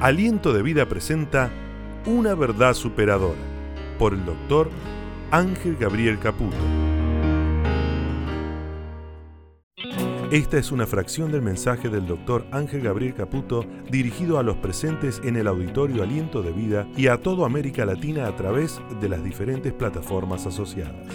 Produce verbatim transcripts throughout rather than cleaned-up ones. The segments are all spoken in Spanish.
Aliento de Vida presenta Una verdad superadora, por el doctor Ángel Gabriel Caputo. Esta es una fracción del mensaje del doctor Ángel Gabriel Caputo dirigido a los presentes en el auditorio Aliento de Vida y a toda América Latina a través de las diferentes plataformas asociadas.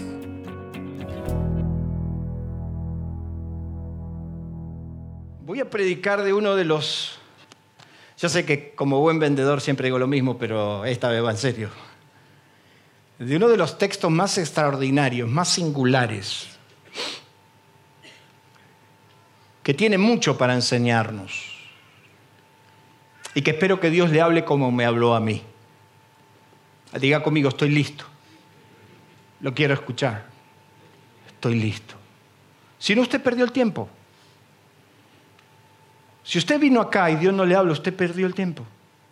Voy a predicar de uno de los... Yo sé que como buen vendedor siempre digo lo mismo, pero esta vez va en serio. De uno de los textos más extraordinarios, más singulares, que tiene mucho para enseñarnos y que espero que Dios le hable como me habló a mí. Diga conmigo, estoy listo. Lo quiero escuchar. Estoy listo. Si no, usted perdió el tiempo. Si usted vino acá y Dios no le habla, usted perdió el tiempo.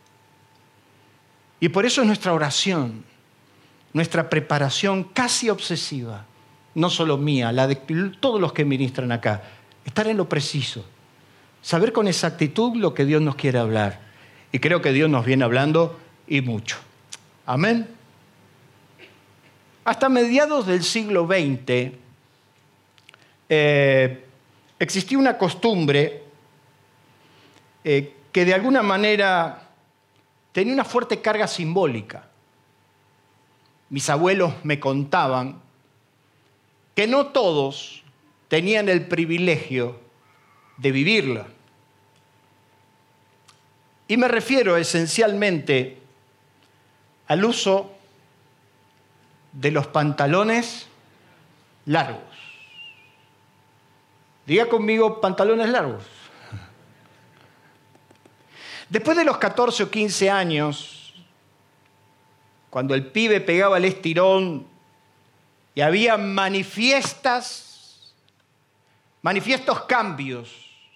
Y por eso es nuestra oración, nuestra preparación casi obsesiva, no solo mía, la de todos los que ministran acá, estar en lo preciso, saber con exactitud lo que Dios nos quiere hablar. Y creo que Dios nos viene hablando y mucho. Amén. Hasta mediados del siglo veinte eh, existía una costumbre eh, que de alguna manera tenía una fuerte carga simbólica. Mis abuelos me contaban que no todos tenían el privilegio de vivirla. Y me refiero esencialmente al uso de los pantalones largos. Diga conmigo, pantalones largos. Después de los catorce o quince años, cuando el pibe pegaba el estirón y había manifiestas, manifiestos cambios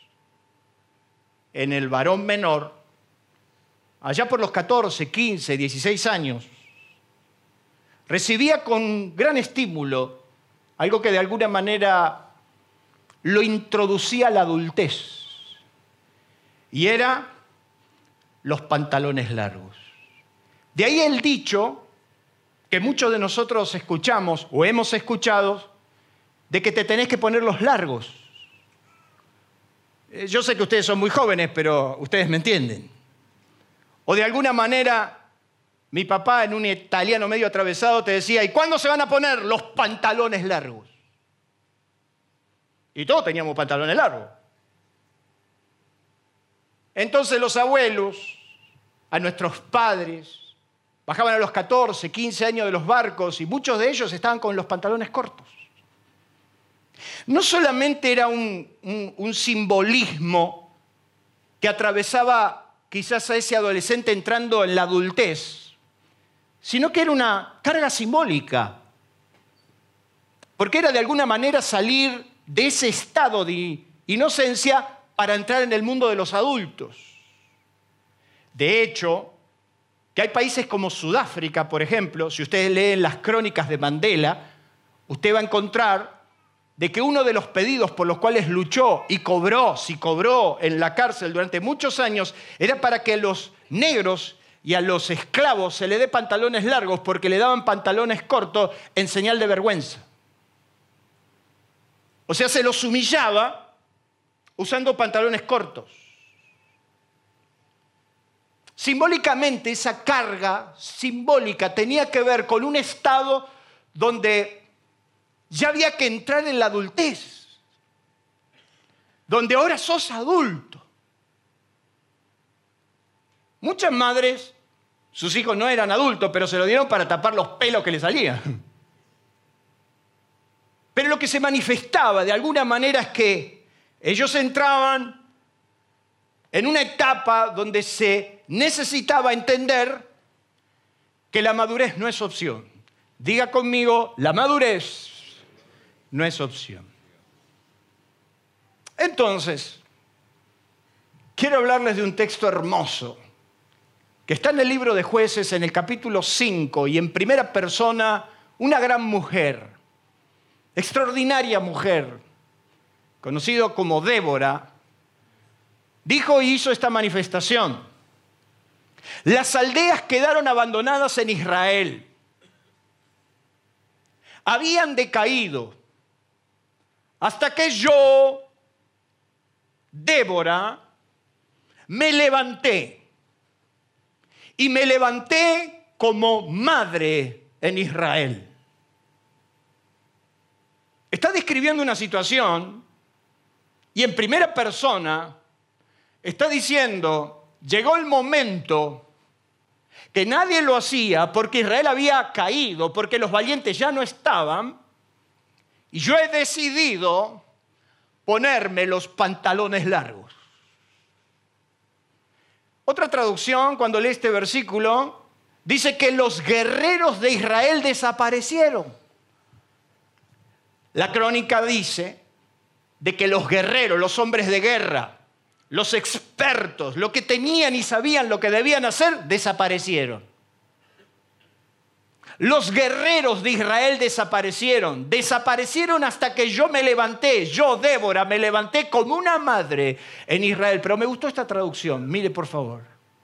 en el varón menor, allá por los catorce, quince, dieciséis años, recibía con gran estímulo algo que de alguna manera lo introducía a la adultez, y era los pantalones largos. De ahí el dicho que muchos de nosotros escuchamos o hemos escuchado de que te tenés que poner los largos. Yo sé que ustedes son muy jóvenes, pero ustedes me entienden. O de alguna manera, mi papá en un italiano medio atravesado te decía, ¿y cuándo se van a poner los pantalones largos? Y todos teníamos pantalones largos. Entonces los abuelos, a nuestros padres, bajaban a los catorce, quince años de los barcos y muchos de ellos estaban con los pantalones cortos. No solamente era un, un, un simbolismo que atravesaba quizás a ese adolescente entrando en la adultez, sino que era una carga simbólica, porque era de alguna manera salir de ese estado de inocencia para entrar en el mundo de los adultos. De hecho, que hay países como Sudáfrica, por ejemplo, si ustedes leen las crónicas de Mandela, usted va a encontrar de que uno de los pedidos por los cuales luchó y cobró, si cobró en la cárcel durante muchos años, era para que a los negros y a los esclavos se le dé pantalones largos porque le daban pantalones cortos en señal de vergüenza. O sea, se los humillaba usando pantalones cortos. Simbólicamente, esa carga simbólica tenía que ver con un estado donde ya había que entrar en la adultez, donde ahora sos adulto. Muchas madres, sus hijos no eran adultos, pero se lo dieron para tapar los pelos que le salían. Pero lo que se manifestaba de alguna manera es que ellos entraban en una etapa donde se necesitaba entender que la madurez no es opción. Diga conmigo, la madurez no es opción. Entonces, quiero hablarles de un texto hermoso que está en el libro de Jueces, en el capítulo cinco, y en primera persona, una gran mujer, extraordinaria mujer, conocido como Débora, dijo y hizo esta manifestación. Las aldeas quedaron abandonadas en Israel. Habían decaído hasta que yo, Débora, me levanté. Y me levanté como madre en Israel. Está describiendo una situación y en primera persona está diciendo, llegó el momento que nadie lo hacía porque Israel había caído, porque los valientes ya no estaban, y yo he decidido ponerme los pantalones largos. Otra traducción, cuando lee este versículo, dice que los guerreros de Israel desaparecieron. La crónica dice de que los guerreros, los hombres de guerra, los expertos, los que tenían y sabían lo que debían hacer, desaparecieron. Los guerreros de Israel desaparecieron. Desaparecieron hasta que yo me levanté. Yo, Débora, me levanté como una madre en Israel. Pero me gustó esta traducción. Mire, por favor.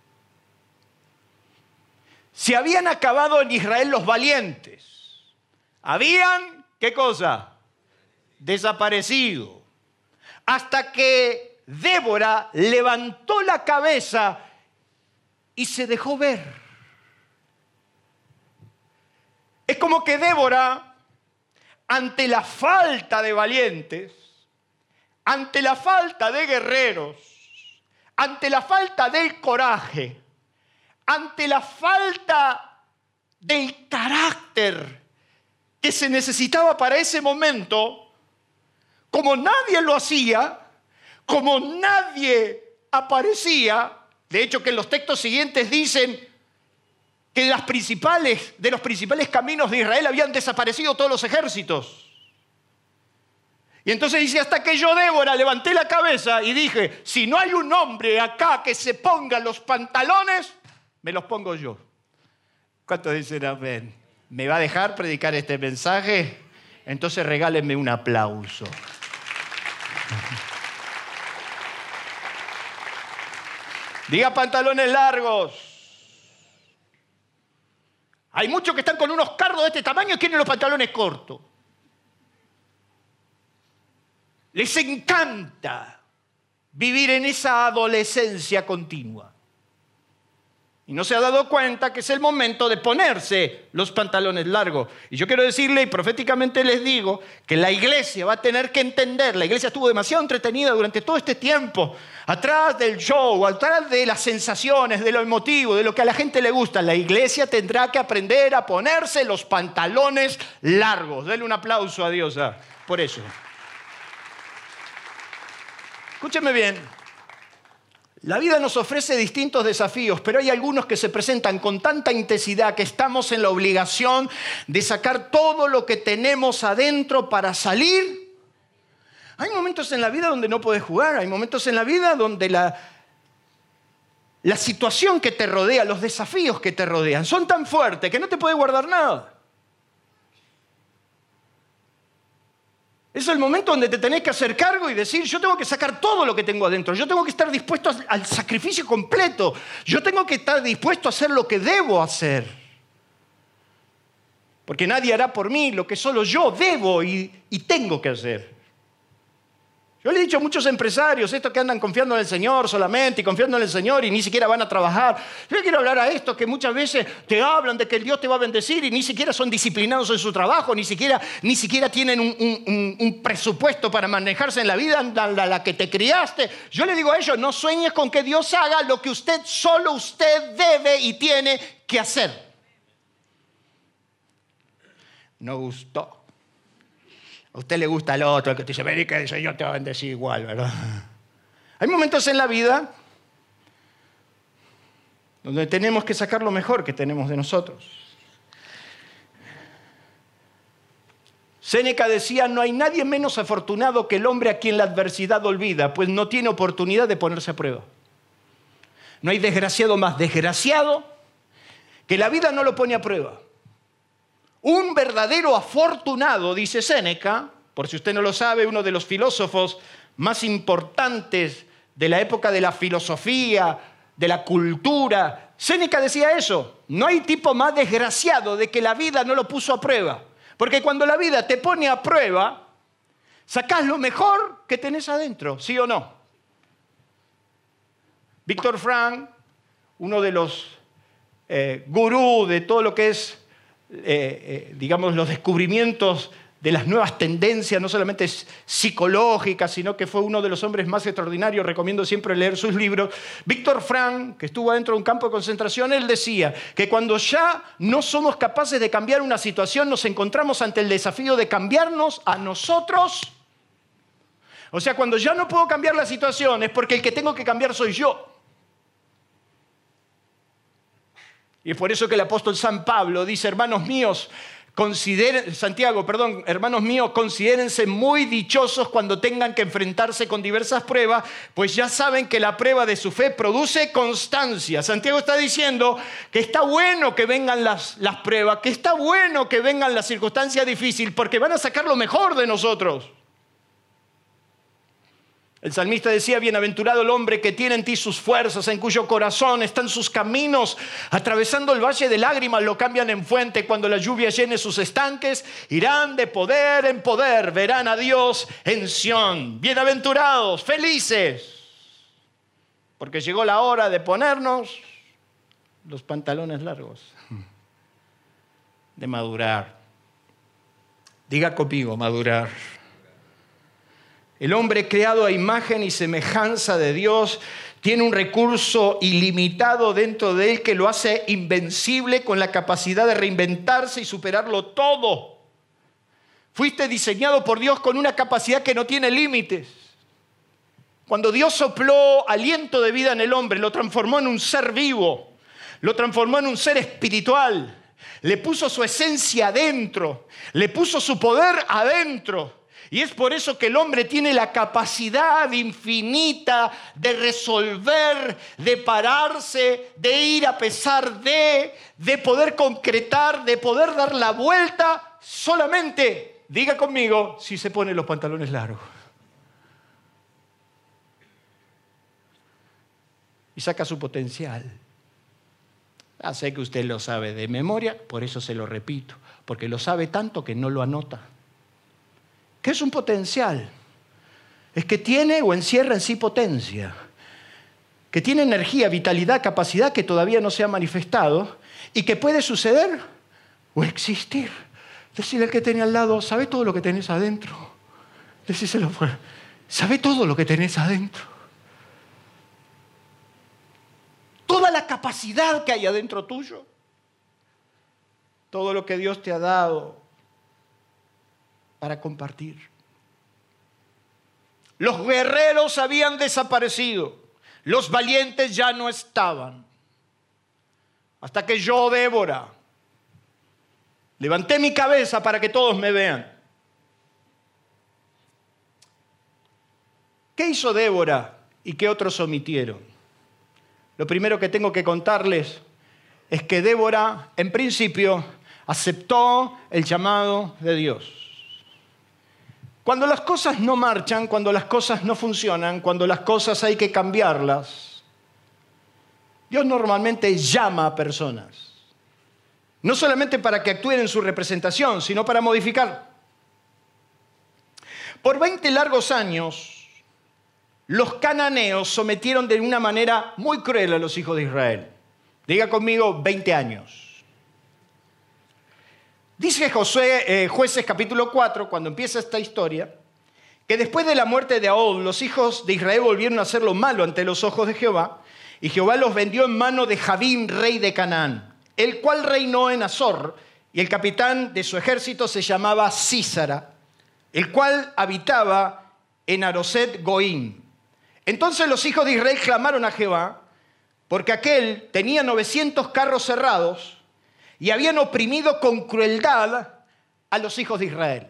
Se habían acabado en Israel los valientes. Habían, ¿qué cosa? Desaparecido. Hasta que Débora levantó la cabeza y se dejó ver. Es como que Débora, ante la falta de valientes, ante la falta de guerreros, ante la falta del coraje, ante la falta del carácter que se necesitaba para ese momento, como nadie lo hacía, como nadie aparecía, de hecho que en los textos siguientes dicen que de, las principales, de los principales caminos de Israel habían desaparecido todos los ejércitos. Y entonces dice, hasta que yo, Débora, levanté la cabeza y dije, si no hay un hombre acá que se ponga los pantalones, me los pongo yo. ¿Cuántos dicen amén? ¿Me va a dejar predicar este mensaje? Entonces regálenme un aplauso. Diga pantalones largos. Hay muchos que están con unos cardos de este tamaño y quieren los pantalones cortos. Les encanta vivir en esa adolescencia continua. Y no se ha dado cuenta que es el momento de ponerse los pantalones largos. Y yo quiero decirle, y proféticamente les digo, que la iglesia va a tener que entender, la iglesia estuvo demasiado entretenida durante todo este tiempo, atrás del show, atrás de las sensaciones, de lo emotivo, de lo que a la gente le gusta. La iglesia tendrá que aprender a ponerse los pantalones largos. Denle un aplauso a Dios ah, por eso. Escúcheme bien. La vida nos ofrece distintos desafíos, pero hay algunos que se presentan con tanta intensidad que estamos en la obligación de sacar todo lo que tenemos adentro para salir. Hay momentos en la vida donde no puedes jugar, hay momentos en la vida donde la, la situación que te rodea, los desafíos que te rodean, son tan fuertes que no te puedes guardar nada. Es el momento donde te tenés que hacer cargo y decir, yo tengo que sacar todo lo que tengo adentro, yo tengo que estar dispuesto al sacrificio completo, yo tengo que estar dispuesto a hacer lo que debo hacer. Porque nadie hará por mí lo que solo yo debo y, y tengo que hacer. Yo le he dicho a muchos empresarios, estos que andan confiando en el Señor solamente y confiando en el Señor y ni siquiera van a trabajar. Yo le quiero hablar a estos que muchas veces te hablan de que el Dios te va a bendecir y ni siquiera son disciplinados en su trabajo, ni siquiera, ni siquiera tienen un, un, un presupuesto para manejarse en la vida, la, la, la que te criaste. Yo le digo a ellos, no sueñes con que Dios haga lo que usted, solo usted debe y tiene que hacer. No gustó. A usted le gusta el otro, el que te dice, ven y que el Señor te va a bendecir igual, ¿verdad? Hay momentos en la vida donde tenemos que sacar lo mejor que tenemos de nosotros. Séneca decía, no hay nadie menos afortunado que el hombre a quien la adversidad olvida, pues no tiene oportunidad de ponerse a prueba. No hay desgraciado más desgraciado que la vida no lo pone a prueba. Un verdadero afortunado, dice Séneca, por si usted no lo sabe, uno de los filósofos más importantes de la época de la filosofía, de la cultura. Séneca decía eso, no hay tipo más desgraciado de que la vida no lo puso a prueba. Porque cuando la vida te pone a prueba, sacás lo mejor que tenés adentro, ¿sí o no? Víctor Frank, uno de los eh, gurús de todo lo que es, eh, eh, digamos, los descubrimientos de las nuevas tendencias, no solamente psicológicas, sino que fue uno de los hombres más extraordinarios, recomiendo siempre leer sus libros. Víctor Frank, que estuvo adentro de un campo de concentración, él decía que cuando ya no somos capaces de cambiar una situación, nos encontramos ante el desafío de cambiarnos a nosotros. O sea, cuando ya no puedo cambiar la situación, es porque el que tengo que cambiar soy yo. Y es por eso que el apóstol San Pablo dice, hermanos míos, Consideren, Santiago, perdón, hermanos míos, considérense muy dichosos cuando tengan que enfrentarse con diversas pruebas, pues ya saben que la prueba de su fe produce constancia. Santiago está diciendo que está bueno que vengan las, las pruebas, que está bueno que vengan las circunstancias difíciles, porque van a sacar lo mejor de nosotros. El salmista decía, bienaventurado el hombre que tiene en ti sus fuerzas, en cuyo corazón están sus caminos. Atravesando el valle de lágrimas lo cambian en fuente. Cuando la lluvia llene sus estanques, irán de poder en poder, verán a Dios en Sión. Bienaventurados, felices, porque llegó la hora de ponernos los pantalones largos, de madurar. Diga conmigo, madurar. El hombre creado a imagen y semejanza de Dios tiene un recurso ilimitado dentro de él que lo hace invencible, con la capacidad de reinventarse y superarlo todo. Fuiste diseñado por Dios con una capacidad que no tiene límites. Cuando Dios sopló aliento de vida en el hombre, lo transformó en un ser vivo, lo transformó en un ser espiritual, le puso su esencia adentro, le puso su poder adentro. Y es por eso que el hombre tiene la capacidad infinita de resolver, de pararse, de ir a pesar de, de poder concretar, de poder dar la vuelta solamente, diga conmigo, si se pone los pantalones largos. Y saca su potencial. Ya sé que usted lo sabe de memoria, por eso se lo repito, porque lo sabe tanto que no lo anota. ¿Qué es un potencial? Es que tiene o encierra en sí potencia, que tiene energía, vitalidad, capacidad que todavía no se ha manifestado y que puede suceder o existir. Decirle al que tenía al lado, ¿sabe todo lo que tenés adentro? Decíselo, ¿sabe todo lo que tenés adentro? Toda la capacidad que hay adentro tuyo, todo lo que Dios te ha dado para compartir. Los guerreros habían desaparecido, los valientes ya no estaban. Hasta que yo, Débora, levanté mi cabeza para que todos me vean. ¿Qué hizo Débora y qué otros omitieron? Lo primero que tengo que contarles es que Débora, en principio, aceptó el llamado de Dios. Cuando las cosas no marchan, cuando las cosas no funcionan, cuando las cosas hay que cambiarlas, Dios normalmente llama a personas. No solamente para que actúen en su representación, sino para modificar. Por veinte largos años, los cananeos sometieron de una manera muy cruel a los hijos de Israel. Diga conmigo, veinte años. Dice Josué, eh, Jueces capítulo cuatro, cuando empieza esta historia, que después de la muerte de Ahol, los hijos de Israel volvieron a hacer lo malo ante los ojos de Jehová, y Jehová los vendió en mano de Jabín, rey de Canaán, el cual reinó en Azor, y el capitán de su ejército se llamaba Sísara, el cual habitaba en Aroset Goín. Entonces los hijos de Israel clamaron a Jehová, porque aquel tenía novecientos carros cerrados, y habían oprimido con crueldad a los hijos de Israel.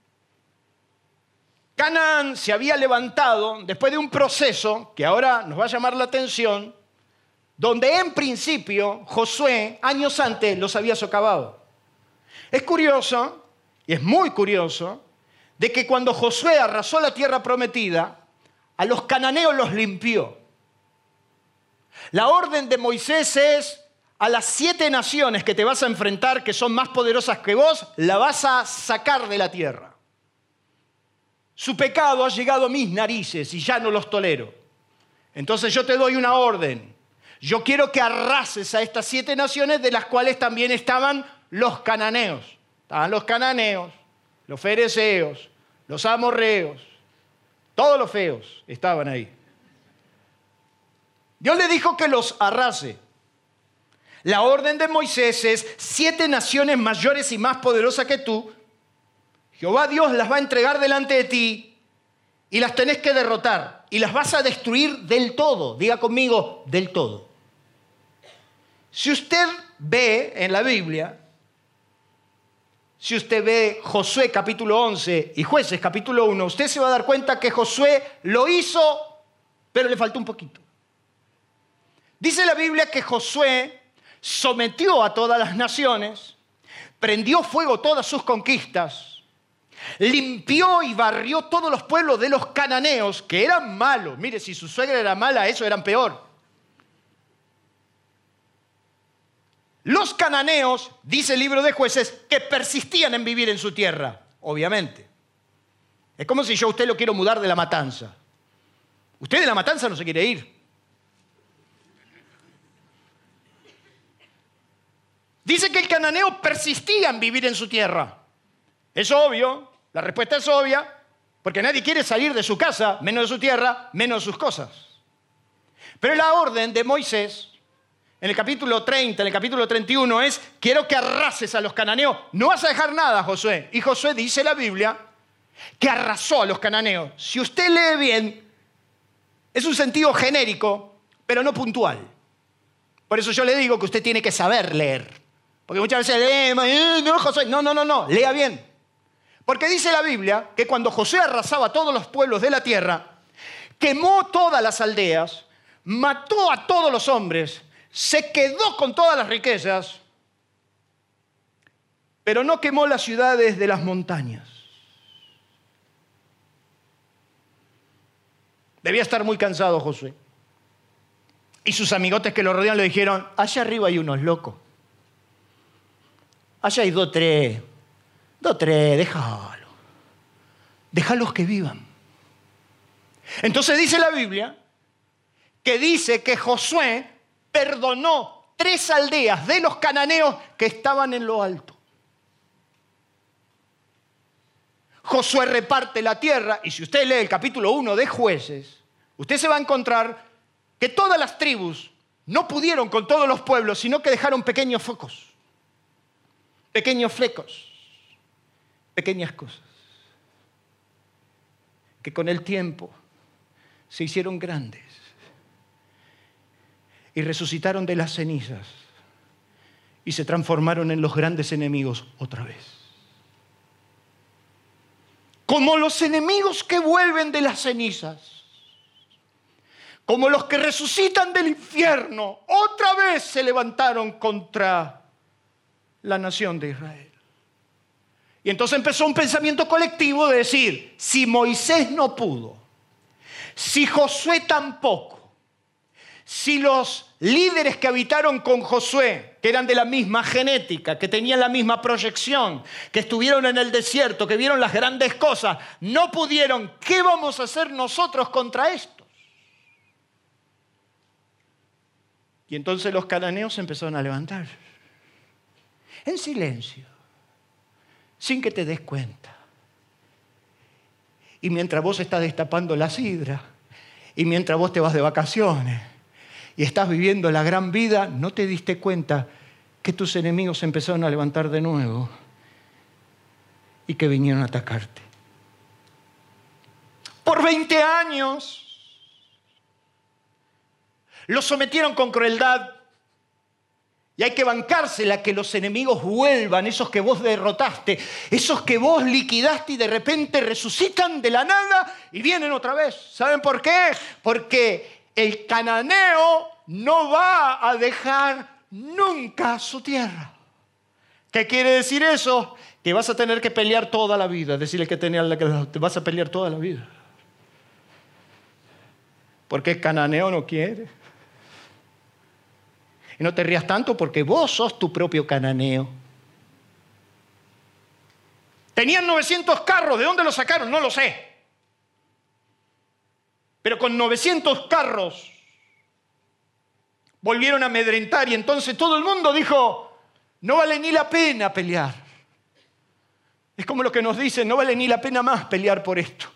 Canaán se había levantado después de un proceso que ahora nos va a llamar la atención, donde en principio Josué, años antes, los había socavado. Es curioso, y es muy curioso, de que cuando Josué arrasó la tierra prometida, a los cananeos los limpió. La orden de Moisés es: a las siete naciones que te vas a enfrentar, que son más poderosas que vos, la vas a sacar de la tierra. Su pecado ha llegado a mis narices y ya no los tolero. Entonces yo te doy una orden. Yo quiero que arrases a estas siete naciones, de las cuales también estaban los cananeos. Estaban los cananeos, los fereceos, los amorreos, todos los feos estaban ahí. Dios le dijo que los arrase. La orden de Moisés es: siete naciones mayores y más poderosas que tú, Jehová Dios las va a entregar delante de ti y las tenés que derrotar. Y las vas a destruir del todo. Diga conmigo, del todo. Si usted ve en la Biblia, si usted ve Josué capítulo once y Jueces capítulo uno, usted se va a dar cuenta que Josué lo hizo, pero le faltó un poquito. Dice la Biblia que Josué sometió a todas las naciones, prendió fuego todas sus conquistas, limpió y barrió todos los pueblos de los cananeos, que eran malos. Mire, si su suegra era mala, eso eran peor. Los cananeos, dice el libro de Jueces, que persistían en vivir en su tierra, obviamente. Es como si yo a usted lo quiero mudar de La Matanza. Usted de La Matanza no se quiere ir. Dice que el cananeo persistía en vivir en su tierra. Es obvio, la respuesta es obvia, porque nadie quiere salir de su casa, menos de su tierra, menos de sus cosas. Pero la orden de Moisés, en el capítulo treinta, en el capítulo treinta y uno, es: quiero que arrases a los cananeos. No vas a dejar nada, Josué. Y Josué, dice la Biblia, que arrasó a los cananeos. Si usted lee bien, es un sentido genérico, pero no puntual. Por eso yo le digo que usted tiene que saber leer. Porque muchas veces leemos, eh, no, Josué. No, no, no, no, lea bien. Porque dice la Biblia que cuando Josué arrasaba a todos los pueblos de la tierra, quemó todas las aldeas, mató a todos los hombres, se quedó con todas las riquezas, pero no quemó las ciudades de las montañas. Debía estar muy cansado Josué. Y sus amigotes que lo rodean le dijeron: allá arriba hay unos locos. Allá hay dos, tres. Dos, tres, déjalo. Déjalos que vivan. Entonces dice la Biblia que dice que Josué perdonó tres aldeas de los cananeos que estaban en lo alto. Josué reparte la tierra, y si usted lee el capítulo uno de Jueces, usted se va a encontrar que todas las tribus no pudieron con todos los pueblos, sino que dejaron pequeños focos, pequeños flecos, pequeñas cosas, que con el tiempo se hicieron grandes y resucitaron de las cenizas y se transformaron en los grandes enemigos otra vez. Como los enemigos que vuelven de las cenizas, como los que resucitan del infierno, otra vez se levantaron contra la nación de Israel. Y entonces empezó un pensamiento colectivo de decir: si Moisés no pudo, si Josué tampoco, si los líderes que habitaron con Josué, que eran de la misma genética, que tenían la misma proyección, que estuvieron en el desierto, que vieron las grandes cosas, no pudieron, ¿qué vamos a hacer nosotros contra estos? Y entonces los cananeos empezaron a levantar en silencio, sin que te des cuenta. Y mientras vos estás destapando la sidra, y mientras vos te vas de vacaciones y estás viviendo la gran vida, no te diste cuenta que tus enemigos empezaron a levantar de nuevo y que vinieron a atacarte. Por veinte años los sometieron con crueldad. Y hay que bancársela, que los enemigos vuelvan, esos que vos derrotaste, esos que vos liquidaste y de repente resucitan de la nada y vienen otra vez. ¿Saben por qué? Porque el cananeo no va a dejar nunca su tierra. ¿Qué quiere decir eso? Que vas a tener que pelear toda la vida. Decirle que tenía la que te vas a pelear toda la vida. Porque el cananeo no quiere. Y no te rías tanto porque vos sos tu propio cananeo. Tenían novecientos carros. ¿De dónde los sacaron? No lo sé. Pero con novecientos carros volvieron a amedrentar y entonces todo el mundo dijo, no vale ni la pena pelear. Es como lo que nos dicen, no vale ni la pena más pelear por esto.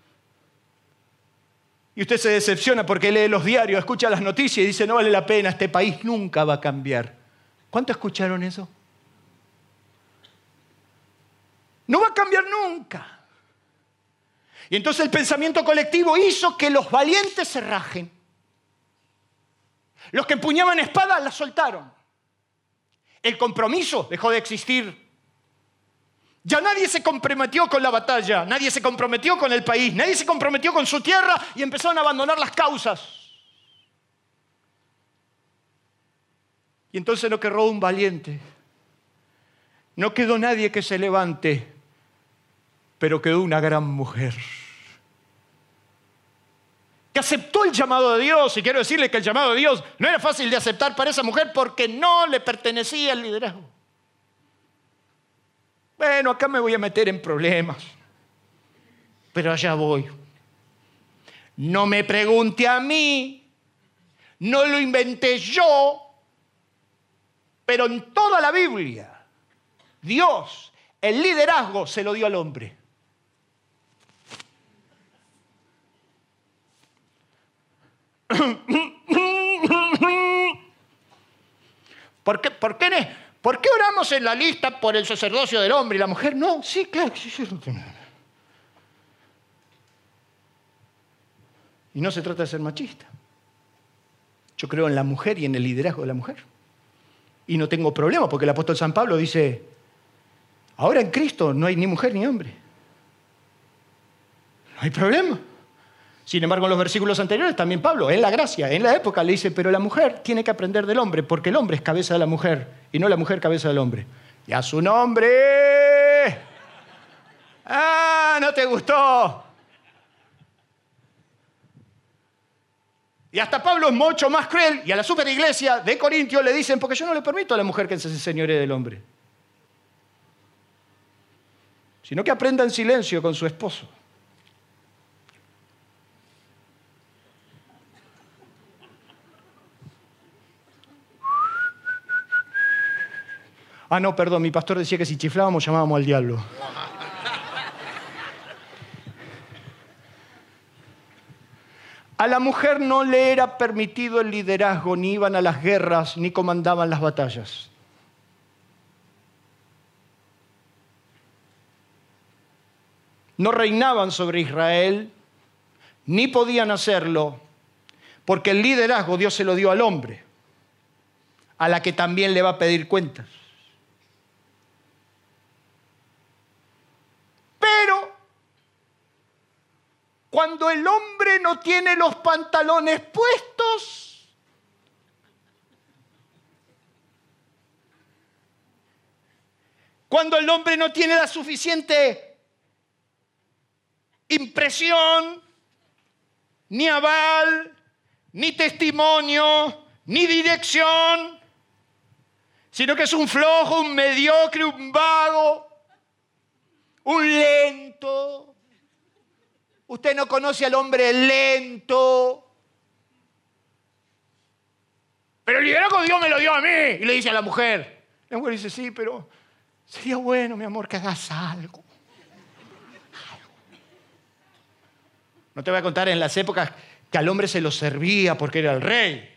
Y usted se decepciona porque lee los diarios, escucha las noticias y dice, no vale la pena, este país nunca va a cambiar. ¿Cuánto escucharon eso? No va a cambiar nunca. Y entonces el pensamiento colectivo hizo que los valientes se rajen. Los que empuñaban espadas las soltaron. El compromiso dejó de existir. Ya nadie se comprometió con la batalla, nadie se comprometió con el país, nadie se comprometió con su tierra y empezaron a abandonar las causas. Y entonces no quedó un valiente. No quedó nadie que se levante, pero quedó una gran mujer que aceptó el llamado de Dios. Y quiero decirle que el llamado de Dios no era fácil de aceptar para esa mujer porque no le pertenecía el liderazgo. Bueno, acá me voy a meter en problemas, pero allá voy. No me pregunte a mí, no lo inventé yo, pero en toda la Biblia, Dios, el liderazgo se lo dio al hombre. ¿Por qué, por, qué, ¿Por qué oramos en la lista por el sacerdocio del hombre y la mujer? No, sí, claro. Sí, sí. Y no se trata de ser machista. Yo creo en la mujer y en el liderazgo de la mujer. Y no tengo problema porque el apóstol San Pablo dice, ahora en Cristo no hay ni mujer ni hombre. No hay problema. Sin embargo, en los versículos anteriores también Pablo, en la gracia, en la época, le dice, pero la mujer tiene que aprender del hombre, porque el hombre es cabeza de la mujer, y no la mujer cabeza del hombre. ¡Y a su nombre! ¡Ah, no te gustó! Y hasta Pablo es mucho más cruel, y a la superiglesia de Corintios le dicen, porque yo no le permito a la mujer que se señoree del hombre, sino que aprenda en silencio con su esposo. Ah, no, perdón, mi pastor decía que si chiflábamos llamábamos al diablo. A la mujer no le era permitido el liderazgo, ni iban a las guerras, ni comandaban las batallas. No reinaban sobre Israel, ni podían hacerlo, porque el liderazgo Dios se lo dio al hombre, a la que también le va a pedir cuentas. Pero cuando el hombre no tiene los pantalones puestos, cuando el hombre no tiene la suficiente impresión, ni aval, ni testimonio, ni dirección, sino que es un flojo, un mediocre, un vago, un lento. Usted no conoce al hombre lento. Pero el liderazgo Dios me lo dio a mí. Y le dice a la mujer. La mujer dice, sí, pero sería bueno, mi amor, que hagas algo. algo. No te voy a contar en las épocas que al hombre se lo servía porque era el rey.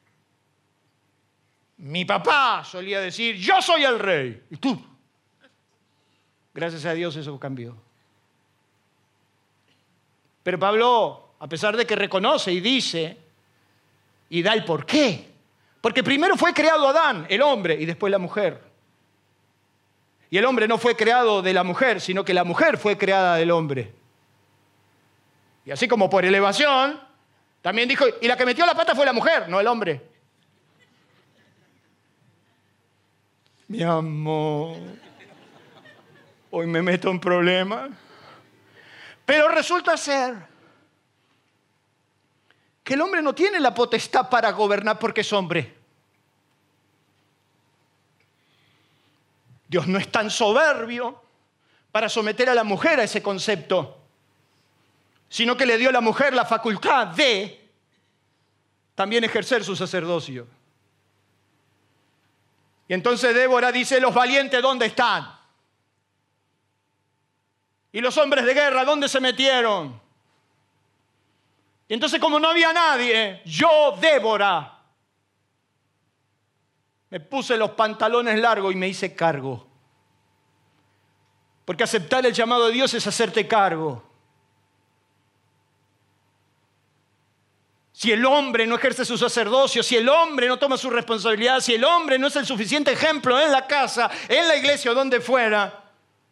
Mi papá solía decir, yo soy el rey. Y tú. Gracias a Dios eso cambió. Pero Pablo, a pesar de que reconoce y dice, y da el porqué, porque primero fue creado Adán, el hombre, y después la mujer. Y el hombre no fue creado de la mujer, sino que la mujer fue creada del hombre. Y así como por elevación, también dijo, y la que metió la pata fue la mujer, no el hombre. Mi amor, hoy me meto en problemas. Pero resulta ser que el hombre no tiene la potestad para gobernar porque es hombre. Dios no es tan soberbio para someter a la mujer a ese concepto, sino que le dio a la mujer la facultad de también ejercer su sacerdocio. Y entonces Débora dice, los valientes, ¿dónde están? Y los hombres de guerra, ¿dónde se metieron? Y entonces, como no había nadie, yo, Débora, me puse los pantalones largos y me hice cargo. Porque aceptar el llamado de Dios es hacerte cargo. Si el hombre no ejerce su sacerdocio, si el hombre no toma su responsabilidad, si el hombre no es el suficiente ejemplo en la casa, en la iglesia o donde fuera,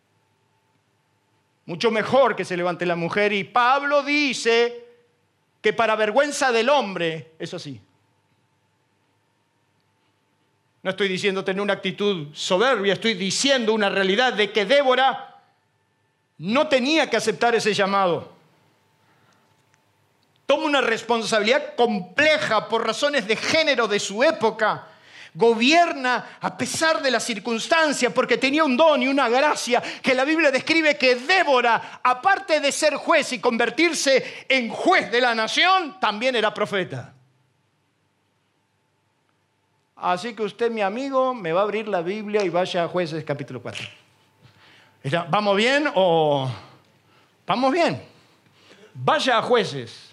mucho mejor que se levante la mujer. Y Pablo dice que para vergüenza del hombre, eso sí. No estoy diciendo tener una actitud soberbia, estoy diciendo una realidad de que Débora no tenía que aceptar ese llamado. Toma una responsabilidad compleja por razones de género de su época. Gobierna a pesar de las circunstancias porque tenía un don y una gracia que la Biblia describe que Débora, aparte de ser juez y convertirse en juez de la nación, también era profeta. Así que usted, mi amigo, me va a abrir la Biblia y vaya a Jueces capítulo cuatro. ¿Vamos bien o...? ¿Vamos bien? Vaya a Jueces.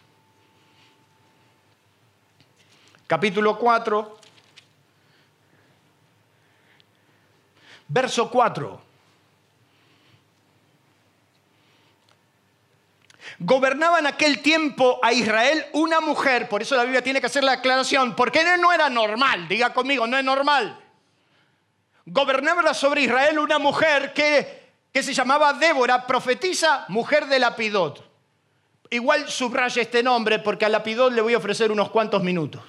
Capítulo cuatro. Verso cuatro. Gobernaba en aquel tiempo a Israel una mujer, por eso la Biblia tiene que hacer la aclaración, porque no era normal, diga conmigo, no es normal. Gobernaba sobre Israel una mujer que, que se llamaba Débora, profetisa, mujer de Lapidot. Igual subraya este nombre porque a Lapidot le voy a ofrecer unos cuantos minutos.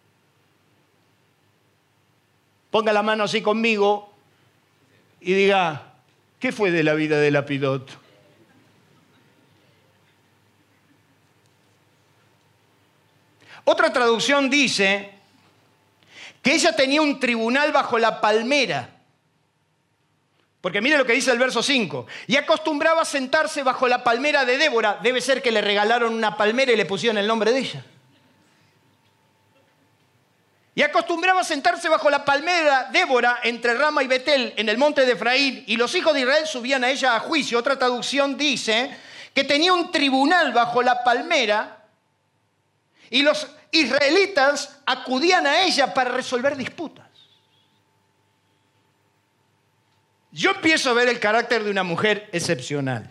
Ponga la mano así conmigo y diga, ¿qué fue de la vida de Lapidot? Otra traducción dice que ella tenía un tribunal bajo la palmera. Porque mire lo que dice el verso cinco. Y acostumbraba a sentarse bajo la palmera de Débora. Debe ser que le regalaron una palmera y le pusieron el nombre de ella. Y acostumbraba a sentarse bajo la palmera Débora entre Rama y Betel en el monte de Efraín. Y los hijos de Israel subían a ella a juicio. Otra traducción dice que tenía un tribunal bajo la palmera. Y los israelitas acudían a ella para resolver disputas. Yo empiezo a ver el carácter de una mujer excepcional.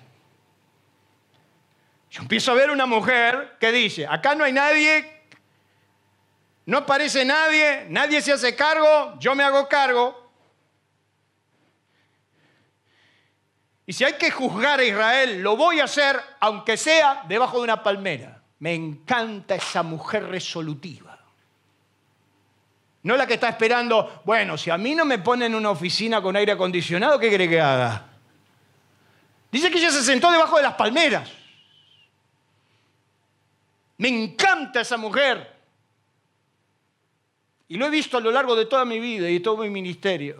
Yo empiezo a ver una mujer que dice, acá no hay nadie, no aparece nadie, nadie se hace cargo, yo me hago cargo. Y si hay que juzgar a Israel, lo voy a hacer, aunque sea debajo de una palmera. Me encanta esa mujer resolutiva. No la que está esperando, bueno, si a mí no me ponen una oficina con aire acondicionado, ¿qué cree que haga? Dice que ella se sentó debajo de las palmeras. Me encanta esa mujer. Y lo he visto a lo largo de toda mi vida y de todo mi ministerio.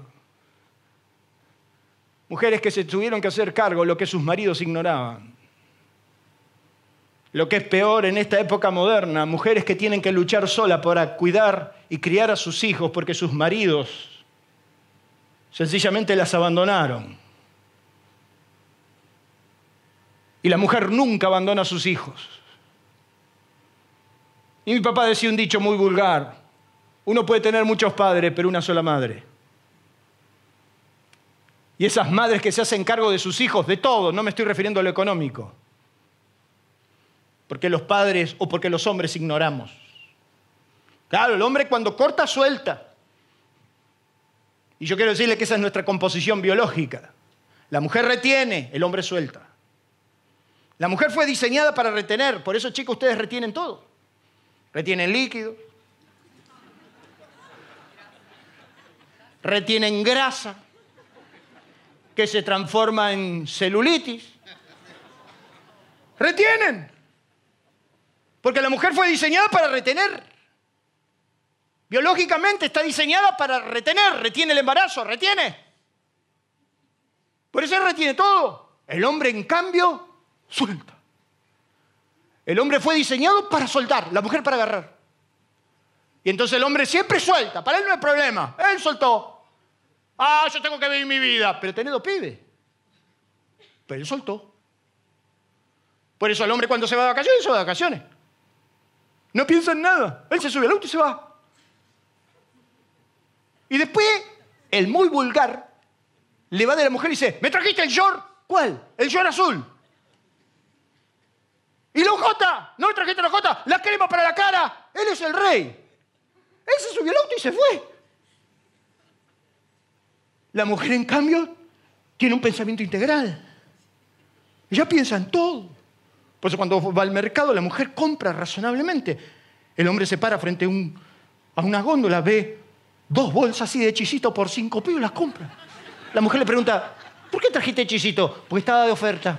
Mujeres que se tuvieron que hacer cargo de lo que sus maridos ignoraban. Lo que es peor en esta época moderna, mujeres que tienen que luchar sola para cuidar y criar a sus hijos porque sus maridos sencillamente las abandonaron. Y la mujer nunca abandona a sus hijos. Y mi papá decía un dicho muy vulgar, uno puede tener muchos padres, pero una sola madre. Y esas madres que se hacen cargo de sus hijos, de todo, no me estoy refiriendo a lo económico, porque los padres o porque los hombres ignoramos. Claro, el hombre cuando corta, suelta. Y yo quiero decirle que esa es nuestra composición biológica. La mujer retiene, el hombre suelta. La mujer fue diseñada para retener, por eso, chicos, ustedes retienen todo. Retienen líquidos, retienen grasa, que se transforma en celulitis. Retienen. Porque la mujer fue diseñada para retener. Biológicamente está diseñada para retener. Retiene el embarazo, retiene. Por eso él retiene todo. El hombre, en cambio, suelta. El hombre fue diseñado para soltar, la mujer para agarrar. Y entonces el hombre siempre suelta. Para él no hay problema. Él soltó. Ah, yo tengo que vivir mi vida. Pero tenés dos pibes. Pero él soltó. Por eso el hombre cuando se va de vacaciones, se va de vacaciones. No piensa en nada. Él se sube al auto y se va. Y después, el muy vulgar le va de la mujer y dice, ¿me trajiste el short? ¿Cuál? El short azul. ¿Y la hojota? ¿No me trajiste la hojota? La crema para la cara. Él es el rey. Él se subió al auto y se fue. La mujer, en cambio, tiene un pensamiento integral. Ella piensa en todo. Por eso cuando va al mercado, la mujer compra razonablemente. El hombre se para frente a, un, a una góndola, ve dos bolsas así de hechicito por cinco pesos y las compra. La mujer le pregunta, ¿por qué trajiste hechicito? Porque estaba de oferta.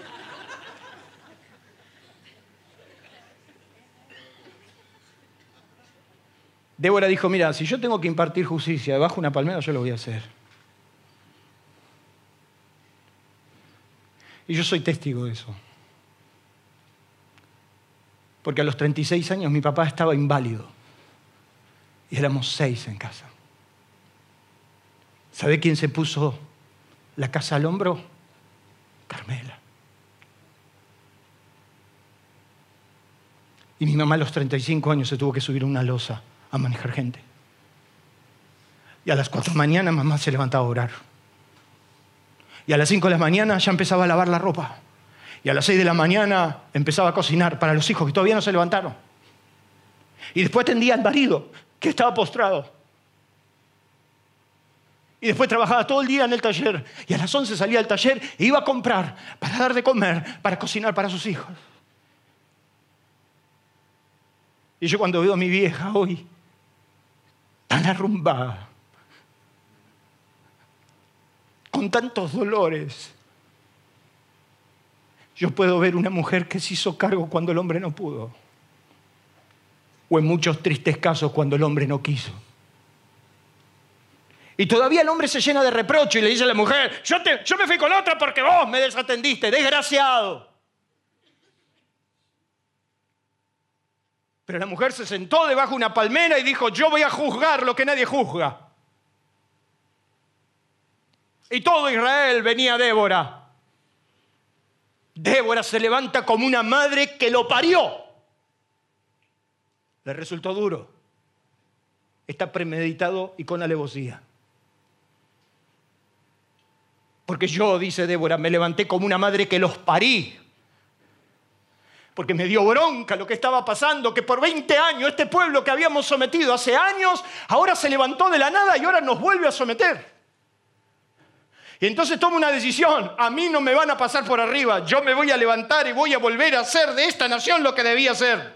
Débora dijo, mira, si yo tengo que impartir justicia debajo de una palmera, yo lo voy a hacer. Y yo soy testigo de eso. Porque a los treinta y seis años mi papá estaba inválido. Y éramos seis en casa. ¿Sabe quién se puso la casa al hombro? Carmela. Y mi mamá a los treinta y cinco años se tuvo que subir a una losa a manejar gente. Y a las cuatro de la mañana mamá se levantaba a orar. Y a las cinco de la mañana ya empezaba a lavar la ropa. Y a las seis de la mañana empezaba a cocinar para los hijos que todavía no se levantaron. Y después atendía al marido que estaba postrado. Y después trabajaba todo el día en el taller. Y a las once salía del taller e iba a comprar para dar de comer, para cocinar para sus hijos. Y yo cuando veo a mi vieja hoy, tan arrumbada, con tantos dolores, yo puedo ver una mujer que se hizo cargo cuando el hombre no pudo. O en muchos tristes casos cuando el hombre no quiso. Y todavía el hombre se llena de reproche y le dice a la mujer, yo, te, yo me fui con otra porque vos me desatendiste, desgraciado. Pero la mujer se sentó debajo de una palmera y dijo, yo voy a juzgar lo que nadie juzga. Y todo Israel venía a Débora. Débora se levanta como una madre que lo parió. Le resultó duro. Está premeditado y con alevosía. Porque yo, dice Débora, me levanté como una madre que los parí. Porque me dio bronca lo que estaba pasando, que por veinte años este pueblo que habíamos sometido hace años, ahora se levantó de la nada y ahora nos vuelve a someter. Y entonces toma una decisión, a mí no me van a pasar por arriba, yo me voy a levantar y voy a volver a hacer de esta nación lo que debía ser.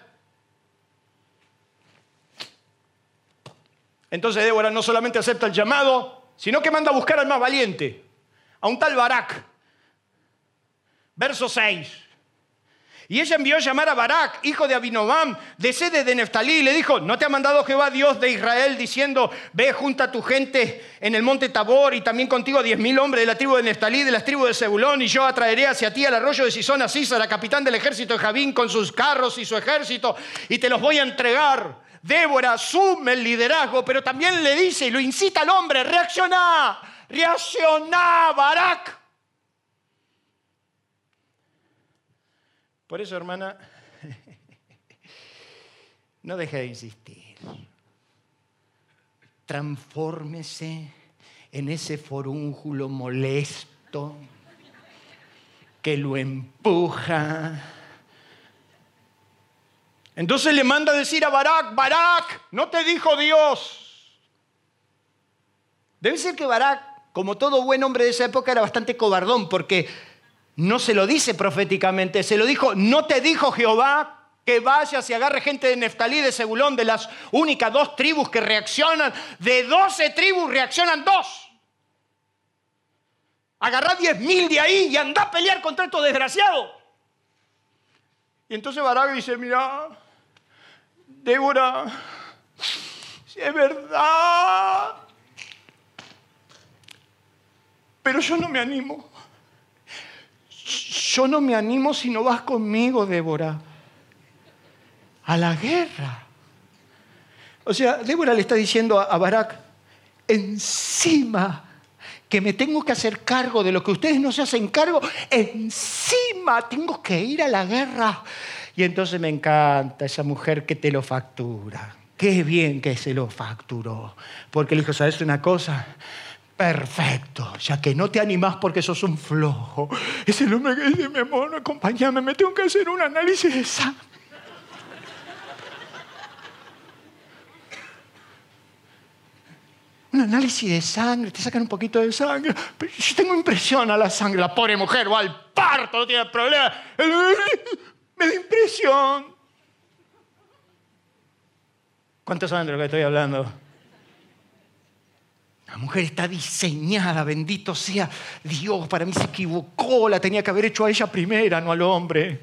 Entonces Débora no solamente acepta el llamado, sino que manda a buscar al más valiente, a un tal Barak. Verso seis. Y ella envió a llamar a Barak, hijo de Abinobam, de sede de Neftalí, y le dijo, ¿no te ha mandado Jehová, Dios de Israel, diciendo, ve, junta a tu gente en el monte Tabor, y también contigo diez mil hombres de la tribu de Neftalí, de las tribus de Zebulón, y yo atraeré hacia ti al arroyo de Sisón a Sísara, capitán del ejército de Jabín, con sus carros y su ejército, y te los voy a entregar. Débora asume el liderazgo, pero también le dice y lo incita al hombre, reacciona, reacciona, Barak. Por eso, hermana, no deje de insistir. Transfórmese en ese forúnculo molesto que lo empuja. Entonces le manda a decir a Barak, Barak, ¿no te dijo Dios? Debe ser que Barak, como todo buen hombre de esa época, era bastante cobardón, porque no se lo dice proféticamente, se lo dijo, ¿no te dijo Jehová que vayas y agarre gente de Neftalí, de Zebulón, de las únicas dos tribus que reaccionan? De doce tribus reaccionan dos. Agarrá diez mil de ahí y andá a pelear contra estos desgraciados. Y entonces Barak dice, mira, Débora, si es verdad, pero yo no me animo. Yo no me animo si no vas conmigo, Débora, a la guerra. O sea, Débora le está diciendo a Barak, encima que me tengo que hacer cargo de lo que ustedes no se hacen cargo, encima tengo que ir a la guerra. Y entonces me encanta esa mujer que te lo factura. Qué bien que se lo facturó. Porque le dijo, ¿sabes una cosa? Perfecto, ya que no te animás porque sos un flojo. Es el hombre que dice, mi amor, acompáñame, me tengo que hacer un análisis de sangre. Un análisis de sangre, te sacan un poquito de sangre. Pero yo tengo impresión a la sangre. La pobre mujer va al parto, no tiene problema. Me da impresión. ¿Cuántos saben de lo que estoy hablando? La mujer está diseñada, bendito sea Dios. Para mí se equivocó, la tenía que haber hecho a ella primera, no al hombre.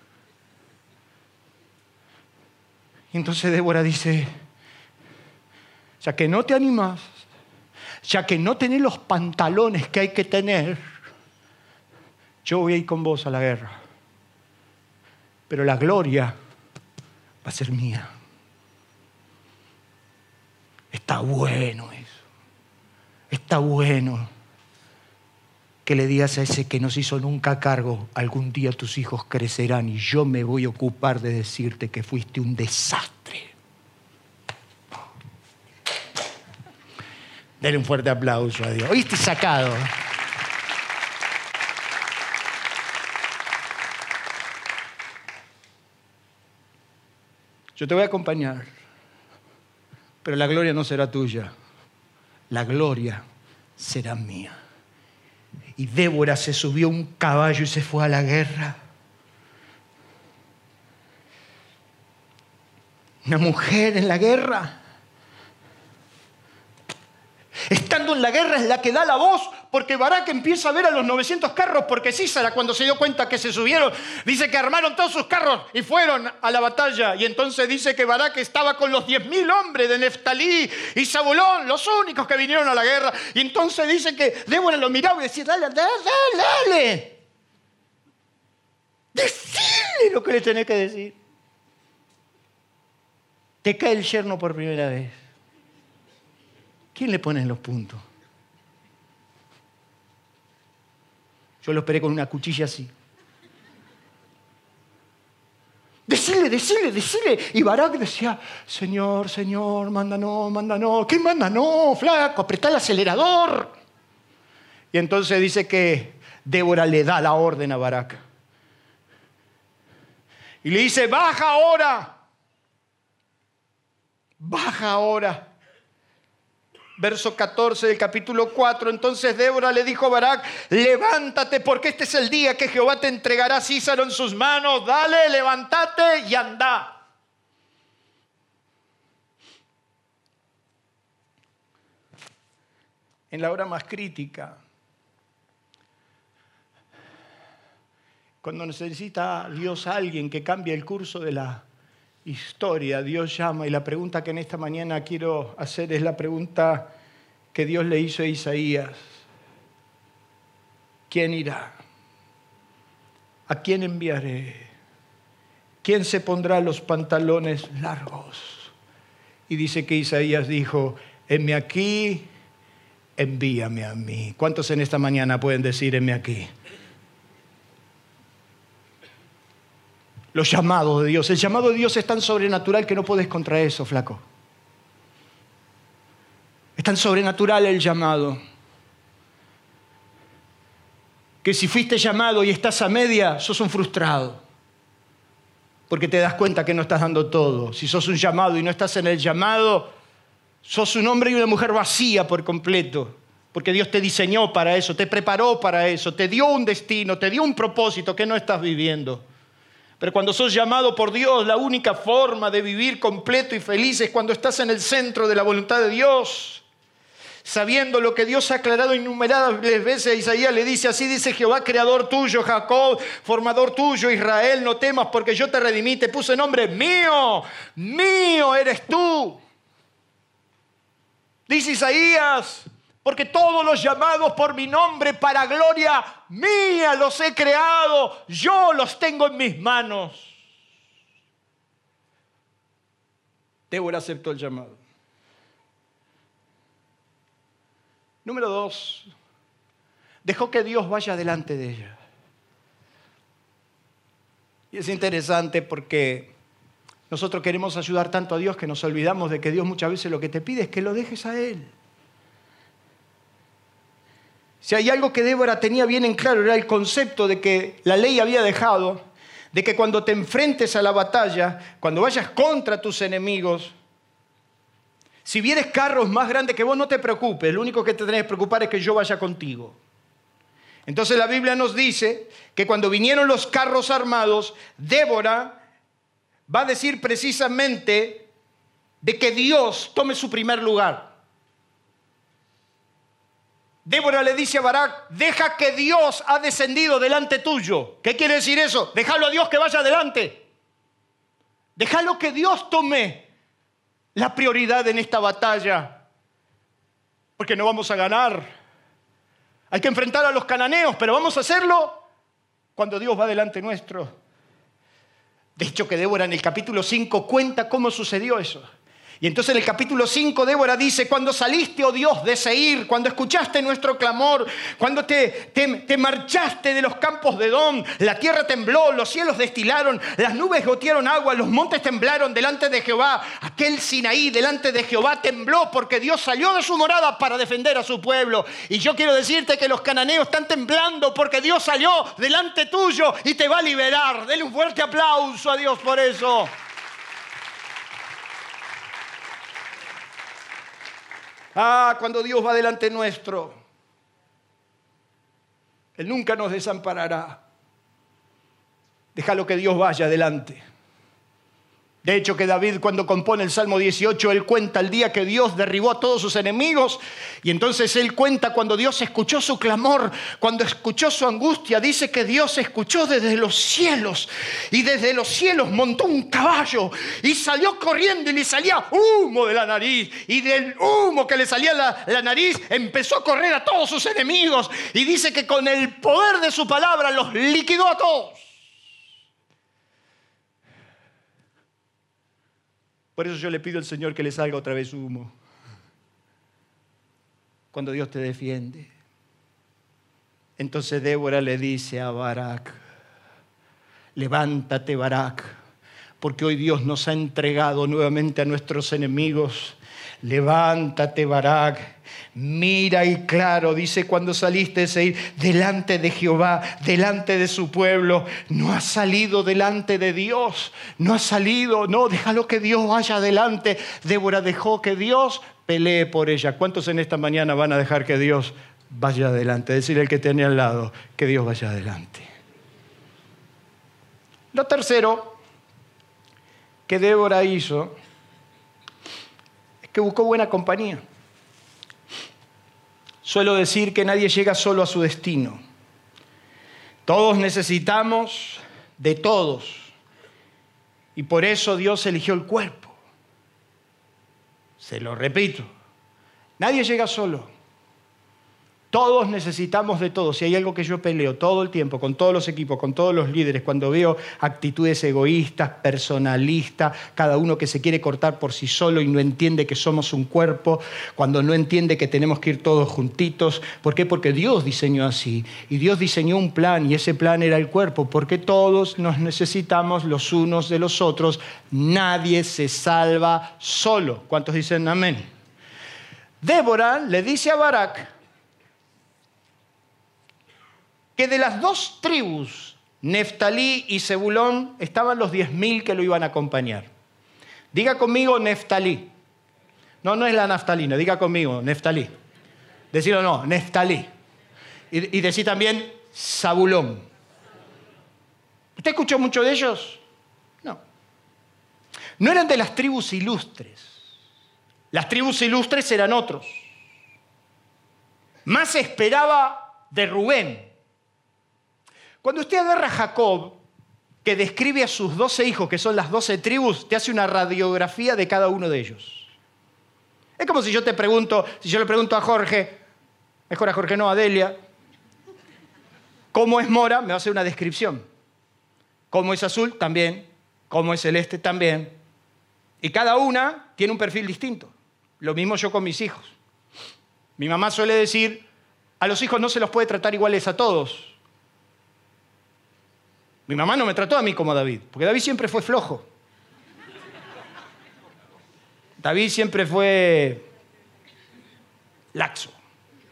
Y entonces Débora dice, ya que no te animas, ya que no tenés los pantalones que hay que tener, yo voy a ir con vos a la guerra. Pero la gloria va a ser mía. Está bueno eso. Está bueno que le digas a ese que no se hizo nunca cargo, algún día tus hijos crecerán y yo me voy a ocupar de decirte que fuiste un desastre. Dale un fuerte aplauso a Dios. Oíste sacado. Yo te voy a acompañar, pero la gloria no será tuya. La gloria será mía. Y Débora se subió a un caballo y se fue a la guerra. Una mujer en la guerra. Estando en la guerra es la que da la voz, porque Barak empieza a ver a los novecientos carros, porque Sísara, cuando se dio cuenta que se subieron, dice que armaron todos sus carros y fueron a la batalla. Y entonces dice que Barak estaba con los diez mil hombres de Neftalí y Zabulón, los únicos que vinieron a la guerra. Y entonces dice que Débora lo miraba y decía, dale, dale, dale, dale. Decile lo que le tenés que decir. Te cae el yerno por primera vez. ¿Quién le pone los puntos? Yo lo esperé con una cuchilla así. Decile, decile, decile. Y Barak decía, Señor, Señor, manda no, manda no. ¿Qué manda no, flaco? Apretá el acelerador. Y entonces dice que Débora le da la orden a Barak. Y le dice, baja ahora. Baja ahora. Verso catorce del capítulo cuatro. Entonces Débora le dijo a Barak, levántate porque este es el día que Jehová te entregará a Sísara en sus manos. Dale, levántate y anda. En la hora más crítica, cuando necesita Dios a alguien que cambie el curso de la historia, Dios llama. Y la pregunta que en esta mañana quiero hacer es la pregunta que Dios le hizo a Isaías. ¿Quién irá? ¿A quién enviaré? ¿Quién se pondrá los pantalones largos? Y dice que Isaías dijo, heme aquí, envíame a mí. ¿Cuántos en esta mañana pueden decir, heme aquí? Los llamados de Dios. El llamado de Dios es tan sobrenatural que no puedes contra eso, flaco. Es tan sobrenatural el llamado que si fuiste llamado y estás a media, sos un frustrado. Porque te das cuenta que no estás dando todo. Si sos un llamado y no estás en el llamado, sos un hombre y una mujer vacía por completo. Porque Dios te diseñó para eso, te preparó para eso, te dio un destino, te dio un propósito que no estás viviendo. Pero cuando sos llamado por Dios, la única forma de vivir completo y feliz es cuando estás en el centro de la voluntad de Dios. Sabiendo lo que Dios ha aclarado innumerables veces a Isaías, le dice, así dice Jehová, creador tuyo, Jacob, formador tuyo, Israel, no temas porque yo te redimí, te puse nombre mío, mío eres tú. Dice Isaías, Porque todos los llamados por mi nombre para gloria mía los he creado. Yo los tengo en mis manos. Débora aceptó el llamado. Número dos, dejó que Dios vaya delante de ella. Y es interesante porque nosotros queremos ayudar tanto a Dios que nos olvidamos de que Dios muchas veces lo que te pide es que lo dejes a Él. Si hay algo que Débora tenía bien en claro era el concepto de que la ley había dejado, de que cuando te enfrentes a la batalla, cuando vayas contra tus enemigos, si vienes carros más grandes que vos, no te preocupes, lo único que te tenés que preocupar es que yo vaya contigo. Entonces la Biblia nos dice que cuando vinieron los carros armados, Débora va a decir precisamente de que Dios tome su primer lugar. Débora le dice a Barak, deja que Dios ha descendido delante tuyo. ¿Qué quiere decir eso? Déjalo a Dios que vaya adelante. Déjalo que Dios tome la prioridad en esta batalla. Porque no vamos a ganar. Hay que enfrentar a los cananeos, pero vamos a hacerlo cuando Dios va delante nuestro. De hecho, que Débora en el capítulo cinco cuenta cómo sucedió eso. Y entonces en el capítulo cinco Débora dice, cuando saliste, oh Dios, de Seir, cuando escuchaste nuestro clamor, cuando te, te, te marchaste de los campos de Edom, la tierra tembló, los cielos destilaron, las nubes gotearon agua, los montes temblaron delante de Jehová. Aquel Sinaí delante de Jehová tembló porque Dios salió de su morada para defender a su pueblo. Y yo quiero decirte que los cananeos están temblando porque Dios salió delante tuyo y te va a liberar. Dele un fuerte aplauso a Dios por eso. Ah, cuando Dios va delante nuestro, Él nunca nos desamparará. Déjalo que Dios vaya adelante. De hecho, que David, cuando compone el Salmo dieciocho, él cuenta el día que Dios derribó a todos sus enemigos. Y entonces él cuenta cuando Dios escuchó su clamor, cuando escuchó su angustia. Dice que Dios escuchó desde los cielos. Y desde los cielos montó un caballo. Y salió corriendo y le salía humo de la nariz. Y del humo que le salía la, la nariz, empezó a correr a todos sus enemigos. Y dice que con el poder de su palabra los liquidó a todos. Por eso yo le pido al Señor que le salga otra vez humo. Cuando Dios te defiende. Entonces Débora le dice a Barak, levántate, Barak, porque hoy Dios nos ha entregado nuevamente a nuestros enemigos. Levántate, Barak, mira y claro, dice, cuando saliste de Seir, delante de Jehová, delante de su pueblo, no has salido delante de Dios, no has salido, no, déjalo que Dios vaya adelante. Débora dejó que Dios pelee por ella. ¿Cuántos en esta mañana van a dejar que Dios vaya adelante? Decirle al que tiene al lado, que Dios vaya adelante. Lo tercero que Débora hizo, que buscó buena compañía. Suelo decir que nadie llega solo a su destino. Todos necesitamos de todos. Y por eso Dios eligió el cuerpo. Se lo repito. Nadie llega solo. Todos necesitamos de todos. Si hay algo que yo peleo todo el tiempo con todos los equipos, con todos los líderes, cuando veo actitudes egoístas, personalistas, cada uno que se quiere cortar por sí solo y no entiende que somos un cuerpo, cuando no entiende que tenemos que ir todos juntitos. ¿Por qué? Porque Dios diseñó así. Y Dios diseñó un plan y ese plan era el cuerpo, porque todos nos necesitamos los unos de los otros. Nadie se salva solo. ¿Cuántos dicen amén? Débora le dice a Barak que de las dos tribus, Neftalí y Zebulón, estaban los diez mil que lo iban a acompañar. Diga conmigo Neftalí. No, no es la naftalina, diga conmigo Neftalí. Decirlo no, Neftalí. Y, y decir también Zabulón. ¿Usted escuchó mucho de ellos? No. No eran de las tribus ilustres. Las tribus ilustres eran otros. Más se esperaba de Rubén. Cuando usted agarra a Jacob, que describe a sus doce hijos, que son las doce tribus, te hace una radiografía de cada uno de ellos. Es como si yo te pregunto, si yo le pregunto a Jorge, mejor a Jorge no, a Delia. Cómo es mora, me va a hacer una descripción. Cómo es azul, también. Cómo es celeste, también. Y cada una tiene un perfil distinto. Lo mismo yo con mis hijos. Mi mamá suele decir, a los hijos no se los puede tratar iguales a todos. Mi mamá no me trató a mí como David, porque David siempre fue flojo. David siempre fue laxo.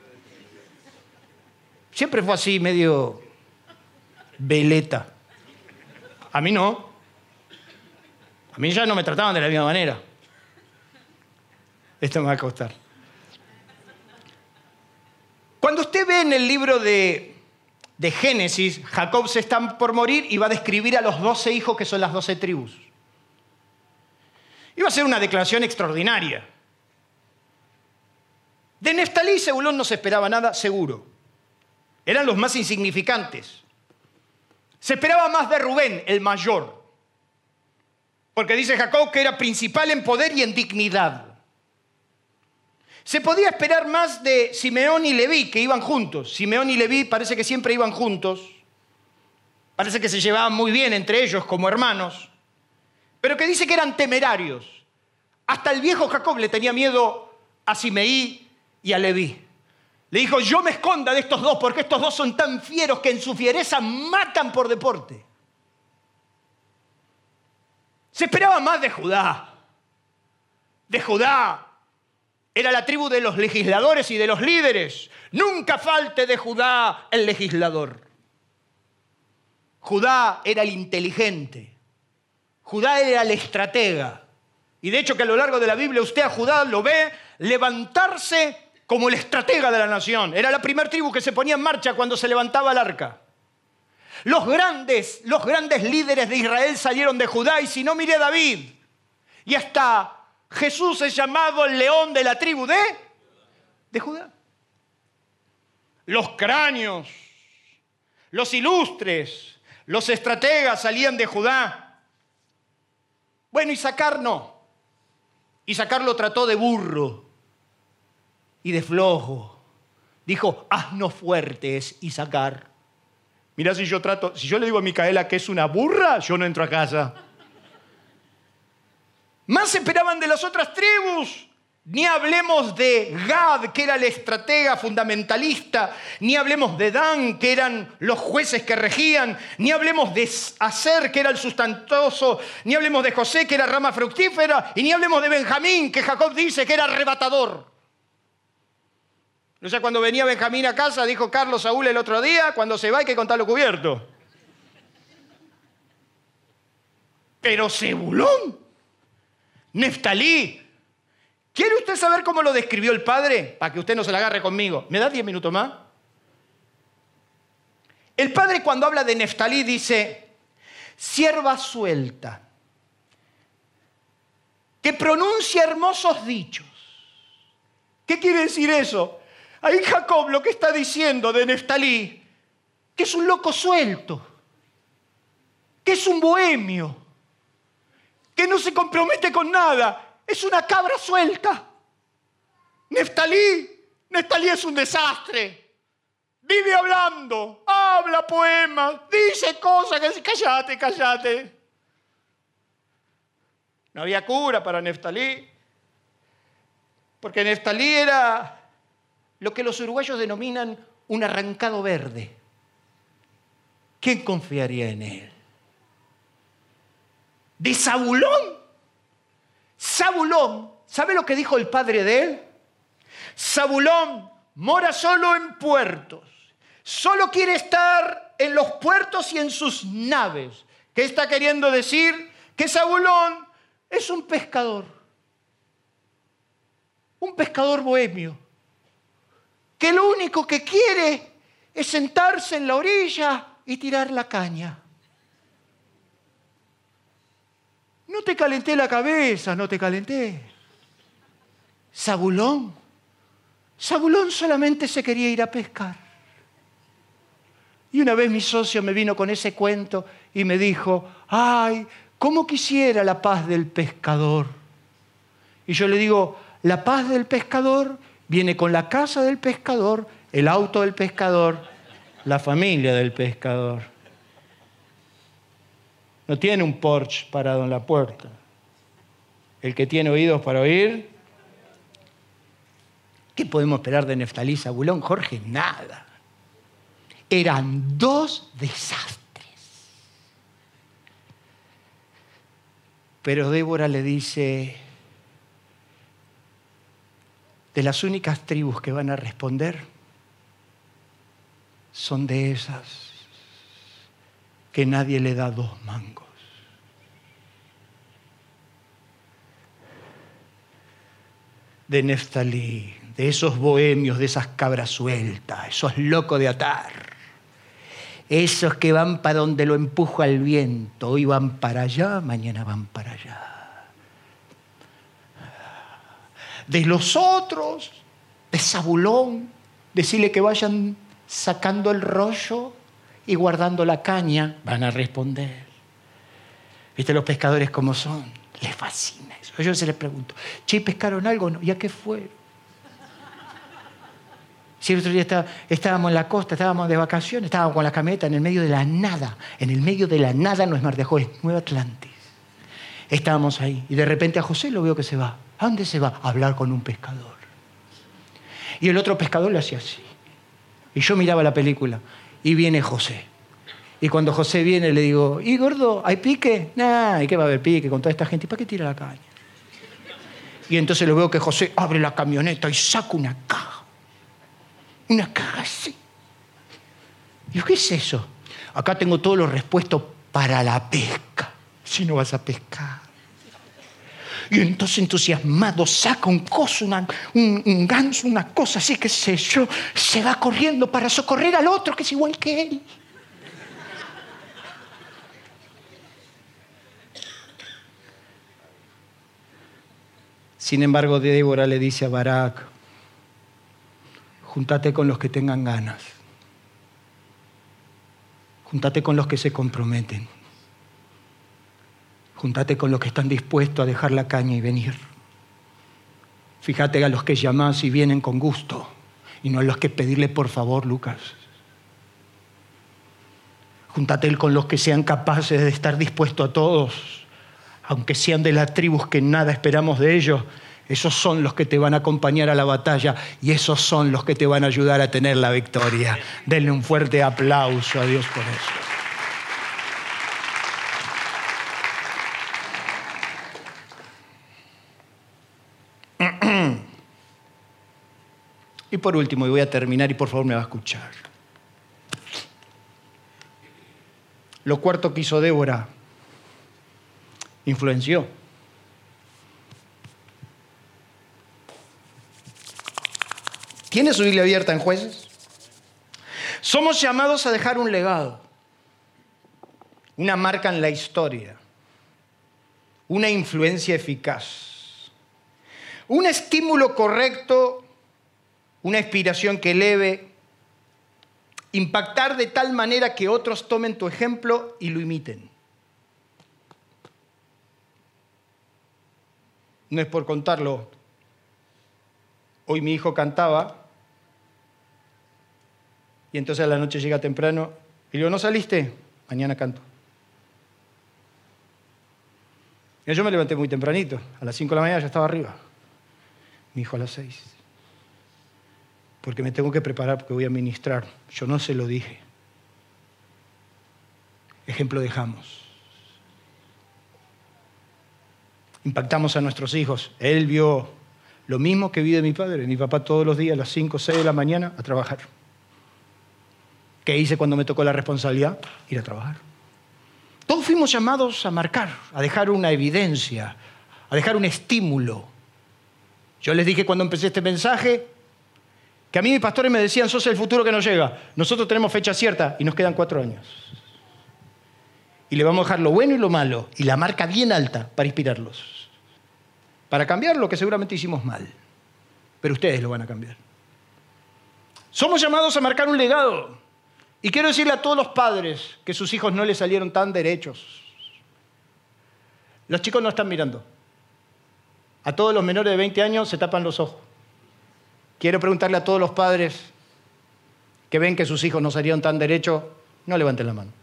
Siempre fue así, medio veleta. A mí no. A mí ya no me trataban de la misma manera. Esto me va a costar. Cuando usted ve en el libro de, de Génesis, Jacob se está por morir y va a describir a los doce hijos que son las doce tribus. Iba a ser una declaración extraordinaria. De Neftalí y Zebulón no se esperaba nada, seguro. Eran los más insignificantes. Se esperaba más de Rubén, el mayor. Porque dice Jacob que era principal en poder y en dignidad. Se podía esperar más de Simeón y Leví, que iban juntos. Simeón y Leví parece que siempre iban juntos. Parece que se llevaban muy bien entre ellos como hermanos. Pero que dice que eran temerarios. Hasta el viejo Jacob le tenía miedo a Simeí y a Leví. Le dijo, yo me esconda de estos dos porque estos dos son tan fieros que en su fiereza matan por deporte. Se esperaba más de Judá. De Judá. Era la tribu de los legisladores y de los líderes. Nunca falte de Judá el legislador. Judá era el inteligente. Judá era el estratega. Y de hecho que a lo largo de la Biblia usted a Judá lo ve levantarse como el estratega de la nación. Era la primera tribu que se ponía en marcha cuando se levantaba el arca. Los grandes, los grandes líderes de Israel salieron de Judá, y si no, mire a David. Y hasta Jesús es llamado el león de la tribu de, de Judá. Los cráneos, los ilustres, los estrategas salían de Judá. Bueno, Isaacar no. Isaacar lo trató de burro y de flojo. Dijo, asno fuerte es Isaacar. Mirá, si yo trato, si yo le digo a Micaela que es una burra, yo no entro a casa. Más esperaban de las otras tribus. Ni hablemos de Gad, que era el estratega fundamentalista. Ni hablemos de Dan, que eran los jueces que regían. Ni hablemos de Aser, que era el sustantoso. Ni hablemos de José, que era rama fructífera. Y ni hablemos de Benjamín, que Jacob dice que era arrebatador. O sea, cuando venía Benjamín a casa, dijo Carlos Saúl el otro día, cuando se va hay que contarlo cubierto. Pero Zebulón, Neftalí, ¿quiere usted saber cómo lo describió el padre? Para que usted no se la agarre conmigo. ¿Me da diez minutos más? El padre, cuando habla de Neftalí, dice, sierva suelta, que pronuncia hermosos dichos. ¿Qué quiere decir eso? Ahí Jacob lo que está diciendo de Neftalí, que es un loco suelto, que es un bohemio, que no se compromete con nada, es una cabra suelta. Neftalí, Neftalí es un desastre. Vive hablando, habla poemas, dice cosas que dice, cállate, cállate. No había cura para Neftalí, porque Neftalí era lo que los uruguayos denominan un arrancado verde. ¿Quién confiaría en él? De Zabulón. Zabulón, ¿sabe lo que dijo el padre de él? Zabulón mora solo en puertos. Solo quiere estar en los puertos y en sus naves. ¿Qué está queriendo decir? Que Zabulón es un pescador. Un pescador bohemio. Que lo único que quiere es sentarse en la orilla y tirar la caña. No te calenté la cabeza, no te calenté. Zabulón, Zabulón solamente se quería ir a pescar. Y una vez mi socio me vino con ese cuento y me dijo, ay, cómo quisiera la paz del pescador. Y yo le digo, la paz del pescador viene con la casa del pescador el auto del pescador, la familia del pescador. No tiene un Porsche parado en la puerta. El que tiene oídos para oír. ¿Qué podemos esperar de Neftalí, Zabulón? Jorge, nada. Eran dos desastres. Pero Débora le dice, de las únicas tribus que van a responder, son de esas que nadie le da dos mangos. De Neftalí, de esos bohemios, de esas cabras sueltas, esos locos de atar. Esos que van para donde lo empuja el viento. Hoy van para allá, mañana van para allá. De los otros, de Zabulón, decirle que vayan sacando el rollo y guardando la caña, van a responder. ¿Viste los pescadores cómo son? Les fascina eso. Yo se les pregunto, che, ¿pescaron algo? No. ¿Y a qué fueron? Si el otro día está, estábamos en la costa, estábamos de vacaciones, estábamos con la camioneta en el medio de la nada. En el medio de la nada no es Mar de Ajó, es Nueva Atlantis. Estábamos ahí y de repente a José lo veo que se va. ¿A dónde se va? A hablar con un pescador. Y el otro pescador le hacía así. Y yo miraba la película y viene José. Y cuando José viene le digo, ¿y gordo, hay pique? Nah, ¿y qué va a haber pique con toda esta gente? ¿Y para qué tira la caña? Y entonces lo veo que José abre la camioneta y saca una caja. Una caja así. Digo, ¿qué es eso? Acá tengo todos los repuestos para la pesca. Si no vas a pescar. Y entonces entusiasmado saca un coso, una, un, un ganso, una cosa así, qué sé yo. Se va corriendo para socorrer al otro que es igual que él. Sin embargo, Débora le dice a Barak, júntate con los que tengan ganas. Júntate con los que se comprometen. Júntate con los que están dispuestos a dejar la caña y venir. Fíjate a los que llamás y vienen con gusto y no a los que pedirle por favor, Lucas. Júntate con los que sean capaces de estar dispuestos a todos, aunque sean de las tribus que nada esperamos de ellos. Esos son los que te van a acompañar a la batalla y esos son los que te van a ayudar a tener la victoria. Denle un fuerte aplauso a Dios por eso. Y por último, y voy a terminar y por favor me va a escuchar. Lo cuarto que hizo Débora, influenció. ¿Tiene su Biblia abierta en Jueces? Somos llamados a dejar un legado, una marca en la historia, una influencia eficaz, un estímulo correcto, una inspiración que eleve, impactar de tal manera que otros tomen tu ejemplo y lo imiten. No es por contarlo. Hoy mi hijo cantaba y entonces a la noche llega temprano y le digo, ¿no saliste? Mañana canto. Y yo me levanté muy tempranito. A las cinco de la mañana ya estaba arriba. Mi hijo a las seis. Porque me tengo que preparar porque voy a ministrar. Yo no se lo dije. Ejemplo dejamos. Impactamos a nuestros hijos. Él vio lo mismo que vi de mi padre. Mi papá todos los días a las cinco o seis de la mañana a trabajar. ¿Qué hice cuando me tocó la responsabilidad? Ir a trabajar. Todos fuimos llamados a marcar, a dejar una evidencia, a dejar un estímulo. Yo les dije cuando empecé este mensaje que a mí mis pastores me decían, sos el futuro que no llega. Nosotros tenemos fecha cierta y nos quedan cuatro años. Y le vamos a dejar lo bueno y lo malo y la marca bien alta para inspirarlos. Para cambiar lo que seguramente hicimos mal. Pero ustedes lo van a cambiar. Somos llamados a marcar un legado. Y quiero decirle a todos los padres que sus hijos no les salieron tan derechos. Los chicos no están mirando. A todos los menores de veinte años se tapan los ojos. Quiero preguntarle a todos los padres que ven que sus hijos no serían tan derechos, no levanten la mano.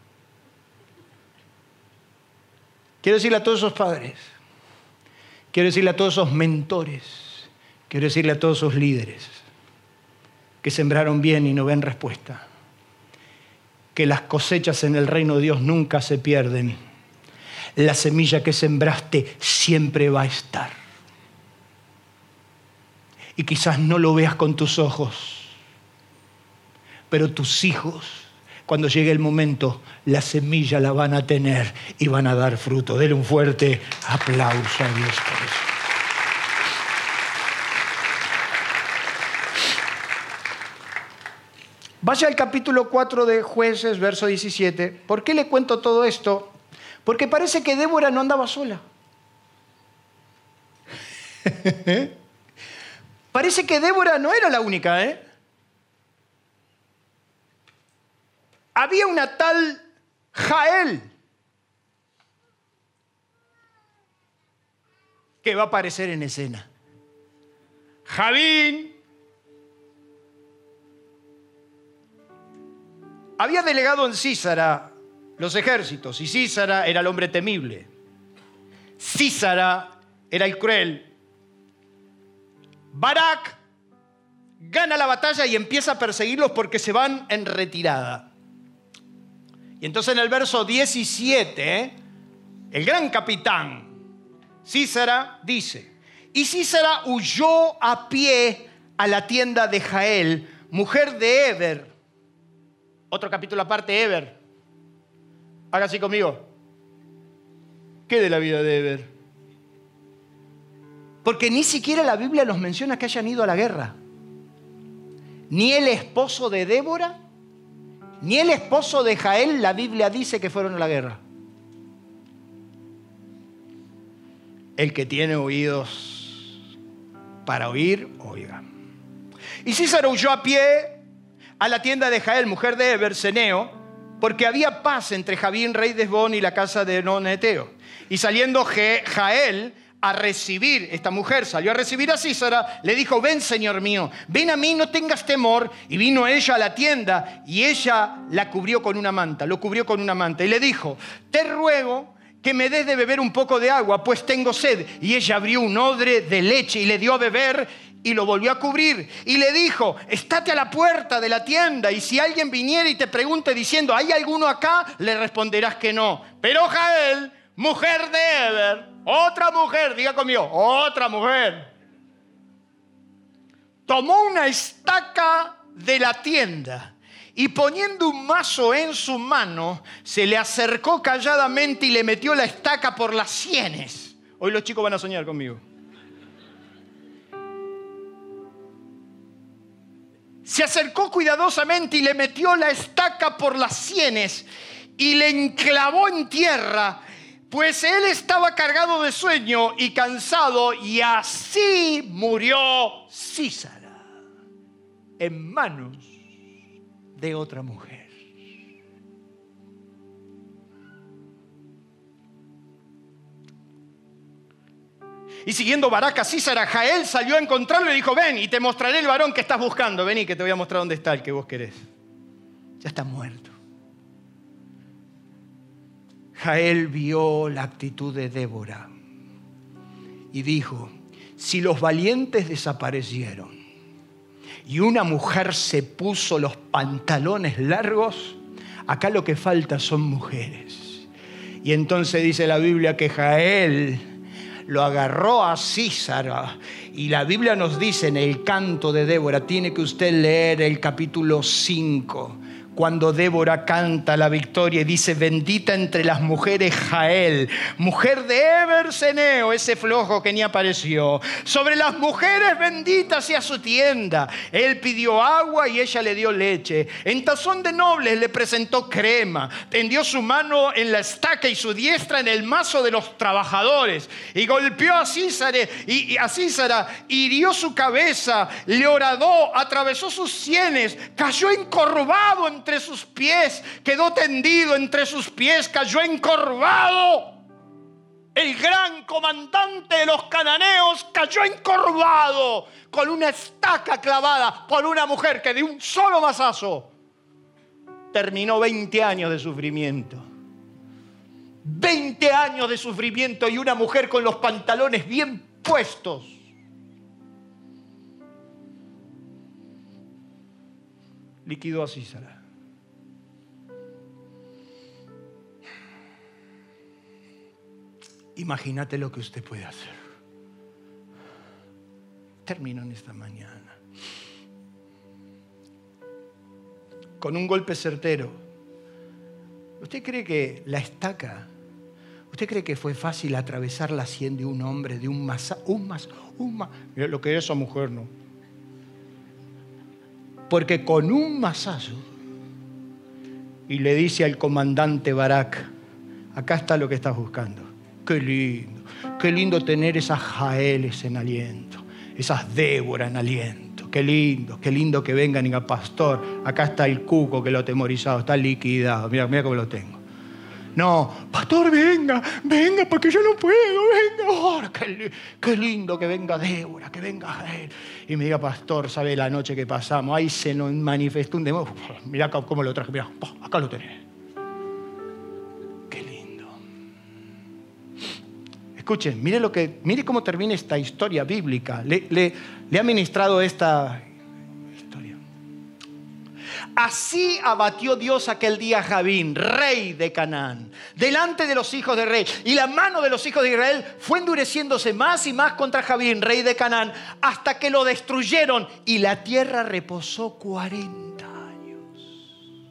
Quiero decirle a todos esos padres, quiero decirle a todos esos mentores, quiero decirle a todos esos líderes que sembraron bien y no ven respuesta, que las cosechas en el reino de Dios nunca se pierden. La semilla que sembraste siempre va a estar. Y quizás no lo veas con tus ojos, pero tus hijos, cuando llegue el momento, la semilla la van a tener y van a dar fruto. Denle un fuerte aplauso a Dios por eso. Vaya al capítulo cuatro de Jueces, verso diecisiete. ¿Por qué le cuento todo esto? Porque parece que Débora no andaba sola. Parece que Débora no era la única, ¿eh? Había una tal Jael que va a aparecer en escena. Javín había delegado en Sísara los ejércitos, y Sísara era el hombre temible. Sísara era el cruel. Barak gana la batalla y empieza a perseguirlos porque se van en retirada. Y entonces en el verso diecisiete, el gran capitán Sísara dice: y Sísara huyó a pie a la tienda de Jael, mujer de Heber. Otro capítulo aparte, Heber. Haga así conmigo. ¿Qué de la vida de Heber? Porque ni siquiera la Biblia nos menciona que hayan ido a la guerra. Ni el esposo de Débora, ni el esposo de Jael, la Biblia dice que fueron a la guerra. El que tiene oídos para oír, oiga. Y Sísara huyó a pie a la tienda de Jael, mujer de Heber, ceneo, porque había paz entre Javín, rey de Hesbón, y la casa de Non eteo. Y saliendo Jael a recibir, esta mujer salió a recibir a Sísara, le dijo: ven, señor mío, ven a mí, no tengas temor. Y vino ella a la tienda y ella la cubrió con una manta, lo cubrió con una manta. Y le dijo: te ruego que me des de beber un poco de agua, pues tengo sed. Y ella abrió un odre de leche y le dio a beber y lo volvió a cubrir. Y le dijo: estate a la puerta de la tienda, y si alguien viniera y te pregunte diciendo: ¿hay alguno acá?, le responderás que no. Pero Jael, mujer de Heber, otra mujer, diga conmigo, otra mujer, tomó una estaca de la tienda y poniendo un mazo en su mano, se le acercó calladamente y le metió la estaca por las sienes. Hoy los chicos van a soñar conmigo. Se acercó cuidadosamente y le metió la estaca por las sienes y le enclavó en tierra, pues él estaba cargado de sueño y cansado, y así murió Sísara en manos de otra mujer. Y siguiendo Barak a Sísara, Jael salió a encontrarlo y dijo: ven y te mostraré el varón que estás buscando. Vení que te voy a mostrar dónde está el que vos querés. Ya está muerto. Jael vio la actitud de Débora y dijo: si los valientes desaparecieron y una mujer se puso los pantalones largos, acá lo que falta son mujeres. Y entonces dice la Biblia que Jael lo agarró a Sísara, y la Biblia nos dice en el canto de Débora, tiene que usted leer el capítulo cinco, cuando Débora canta la victoria y dice: bendita entre las mujeres Jael, mujer de Heber ceneo, ese flojo que ni apareció. Sobre las mujeres bendita sea su tienda. Él pidió agua y ella le dio leche. En tazón de nobles le presentó crema. Tendió su mano en la estaca y su diestra en el mazo de los trabajadores. Y golpeó a Sísara y, y a Sísara, hirió su cabeza, le horadó, atravesó sus sienes, cayó encorvado en entre sus pies, quedó tendido entre sus pies, cayó encorvado. El gran comandante de los cananeos cayó encorvado con una estaca clavada por una mujer que de un solo mazazo terminó veinte años de sufrimiento. veinte años de sufrimiento y una mujer con los pantalones bien puestos. Liquidó a Sísara. Imagínate lo que usted puede hacer. Termino en esta mañana. Con un golpe certero. ¿Usted cree que la estaca, usted cree que fue fácil atravesar la sien de un hombre, de un masa, un mas, un mas, mira lo que es esa mujer, no? Porque con un masazo, y le dice al comandante Barak, acá está lo que estás buscando. Qué lindo, qué lindo tener esas Jaeles en aliento, esas Débora en aliento. Qué lindo, qué lindo que vengan y digan, pastor, acá está el cuco que lo ha atemorizado, está liquidado, mira, mira cómo lo tengo. No, pastor, venga, venga, porque yo no puedo, venga. Oh, qué, qué lindo que venga Débora, que venga Jael. Y me diga, pastor, ¿sabe la noche que pasamos? Ahí se nos manifestó un demonio. Mira cómo lo traje, mira, acá lo tenés. Qué lindo. Escuchen, mire, lo que, mire cómo termina esta historia bíblica. Le, le, le ha ministrado esta historia. Así abatió Dios aquel día a Jabín, rey de Canaán, delante de los hijos de rey. Y la mano de los hijos de Israel fue endureciéndose más y más contra Jabín, rey de Canaán, hasta que lo destruyeron y la tierra reposó cuarenta años.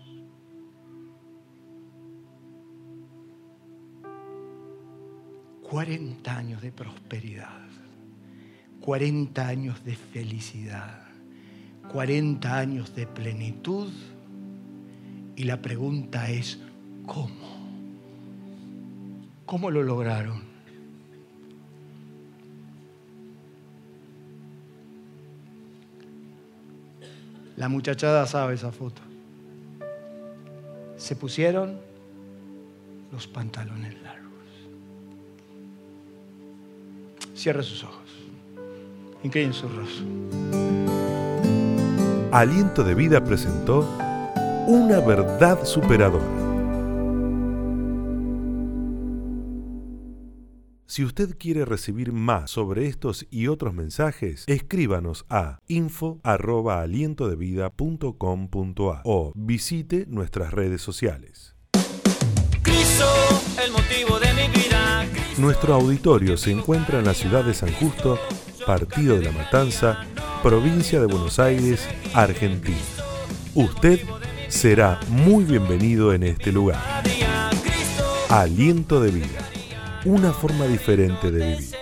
Cuarenta años de prosperidad, cuarenta años de felicidad, cuarenta años de plenitud. Y la pregunta es, ¿cómo? ¿Cómo lo lograron? La muchachada sabe esa foto. Se pusieron los pantalones largos. Cierre sus ojos. Inclinen su rostro. Aliento de Vida presentó Una Verdad Superadora. Si usted quiere recibir más sobre estos y otros mensajes, escríbanos a info arroba aliento de vida punto com punto a o visite nuestras redes sociales. Cristo, el motivo de mi vida. Nuestro auditorio se encuentra en la ciudad de San Justo, Partido de la Matanza, provincia de Buenos Aires, Argentina. Usted será muy bienvenido en este lugar. Aliento de Vida, una forma diferente de vivir.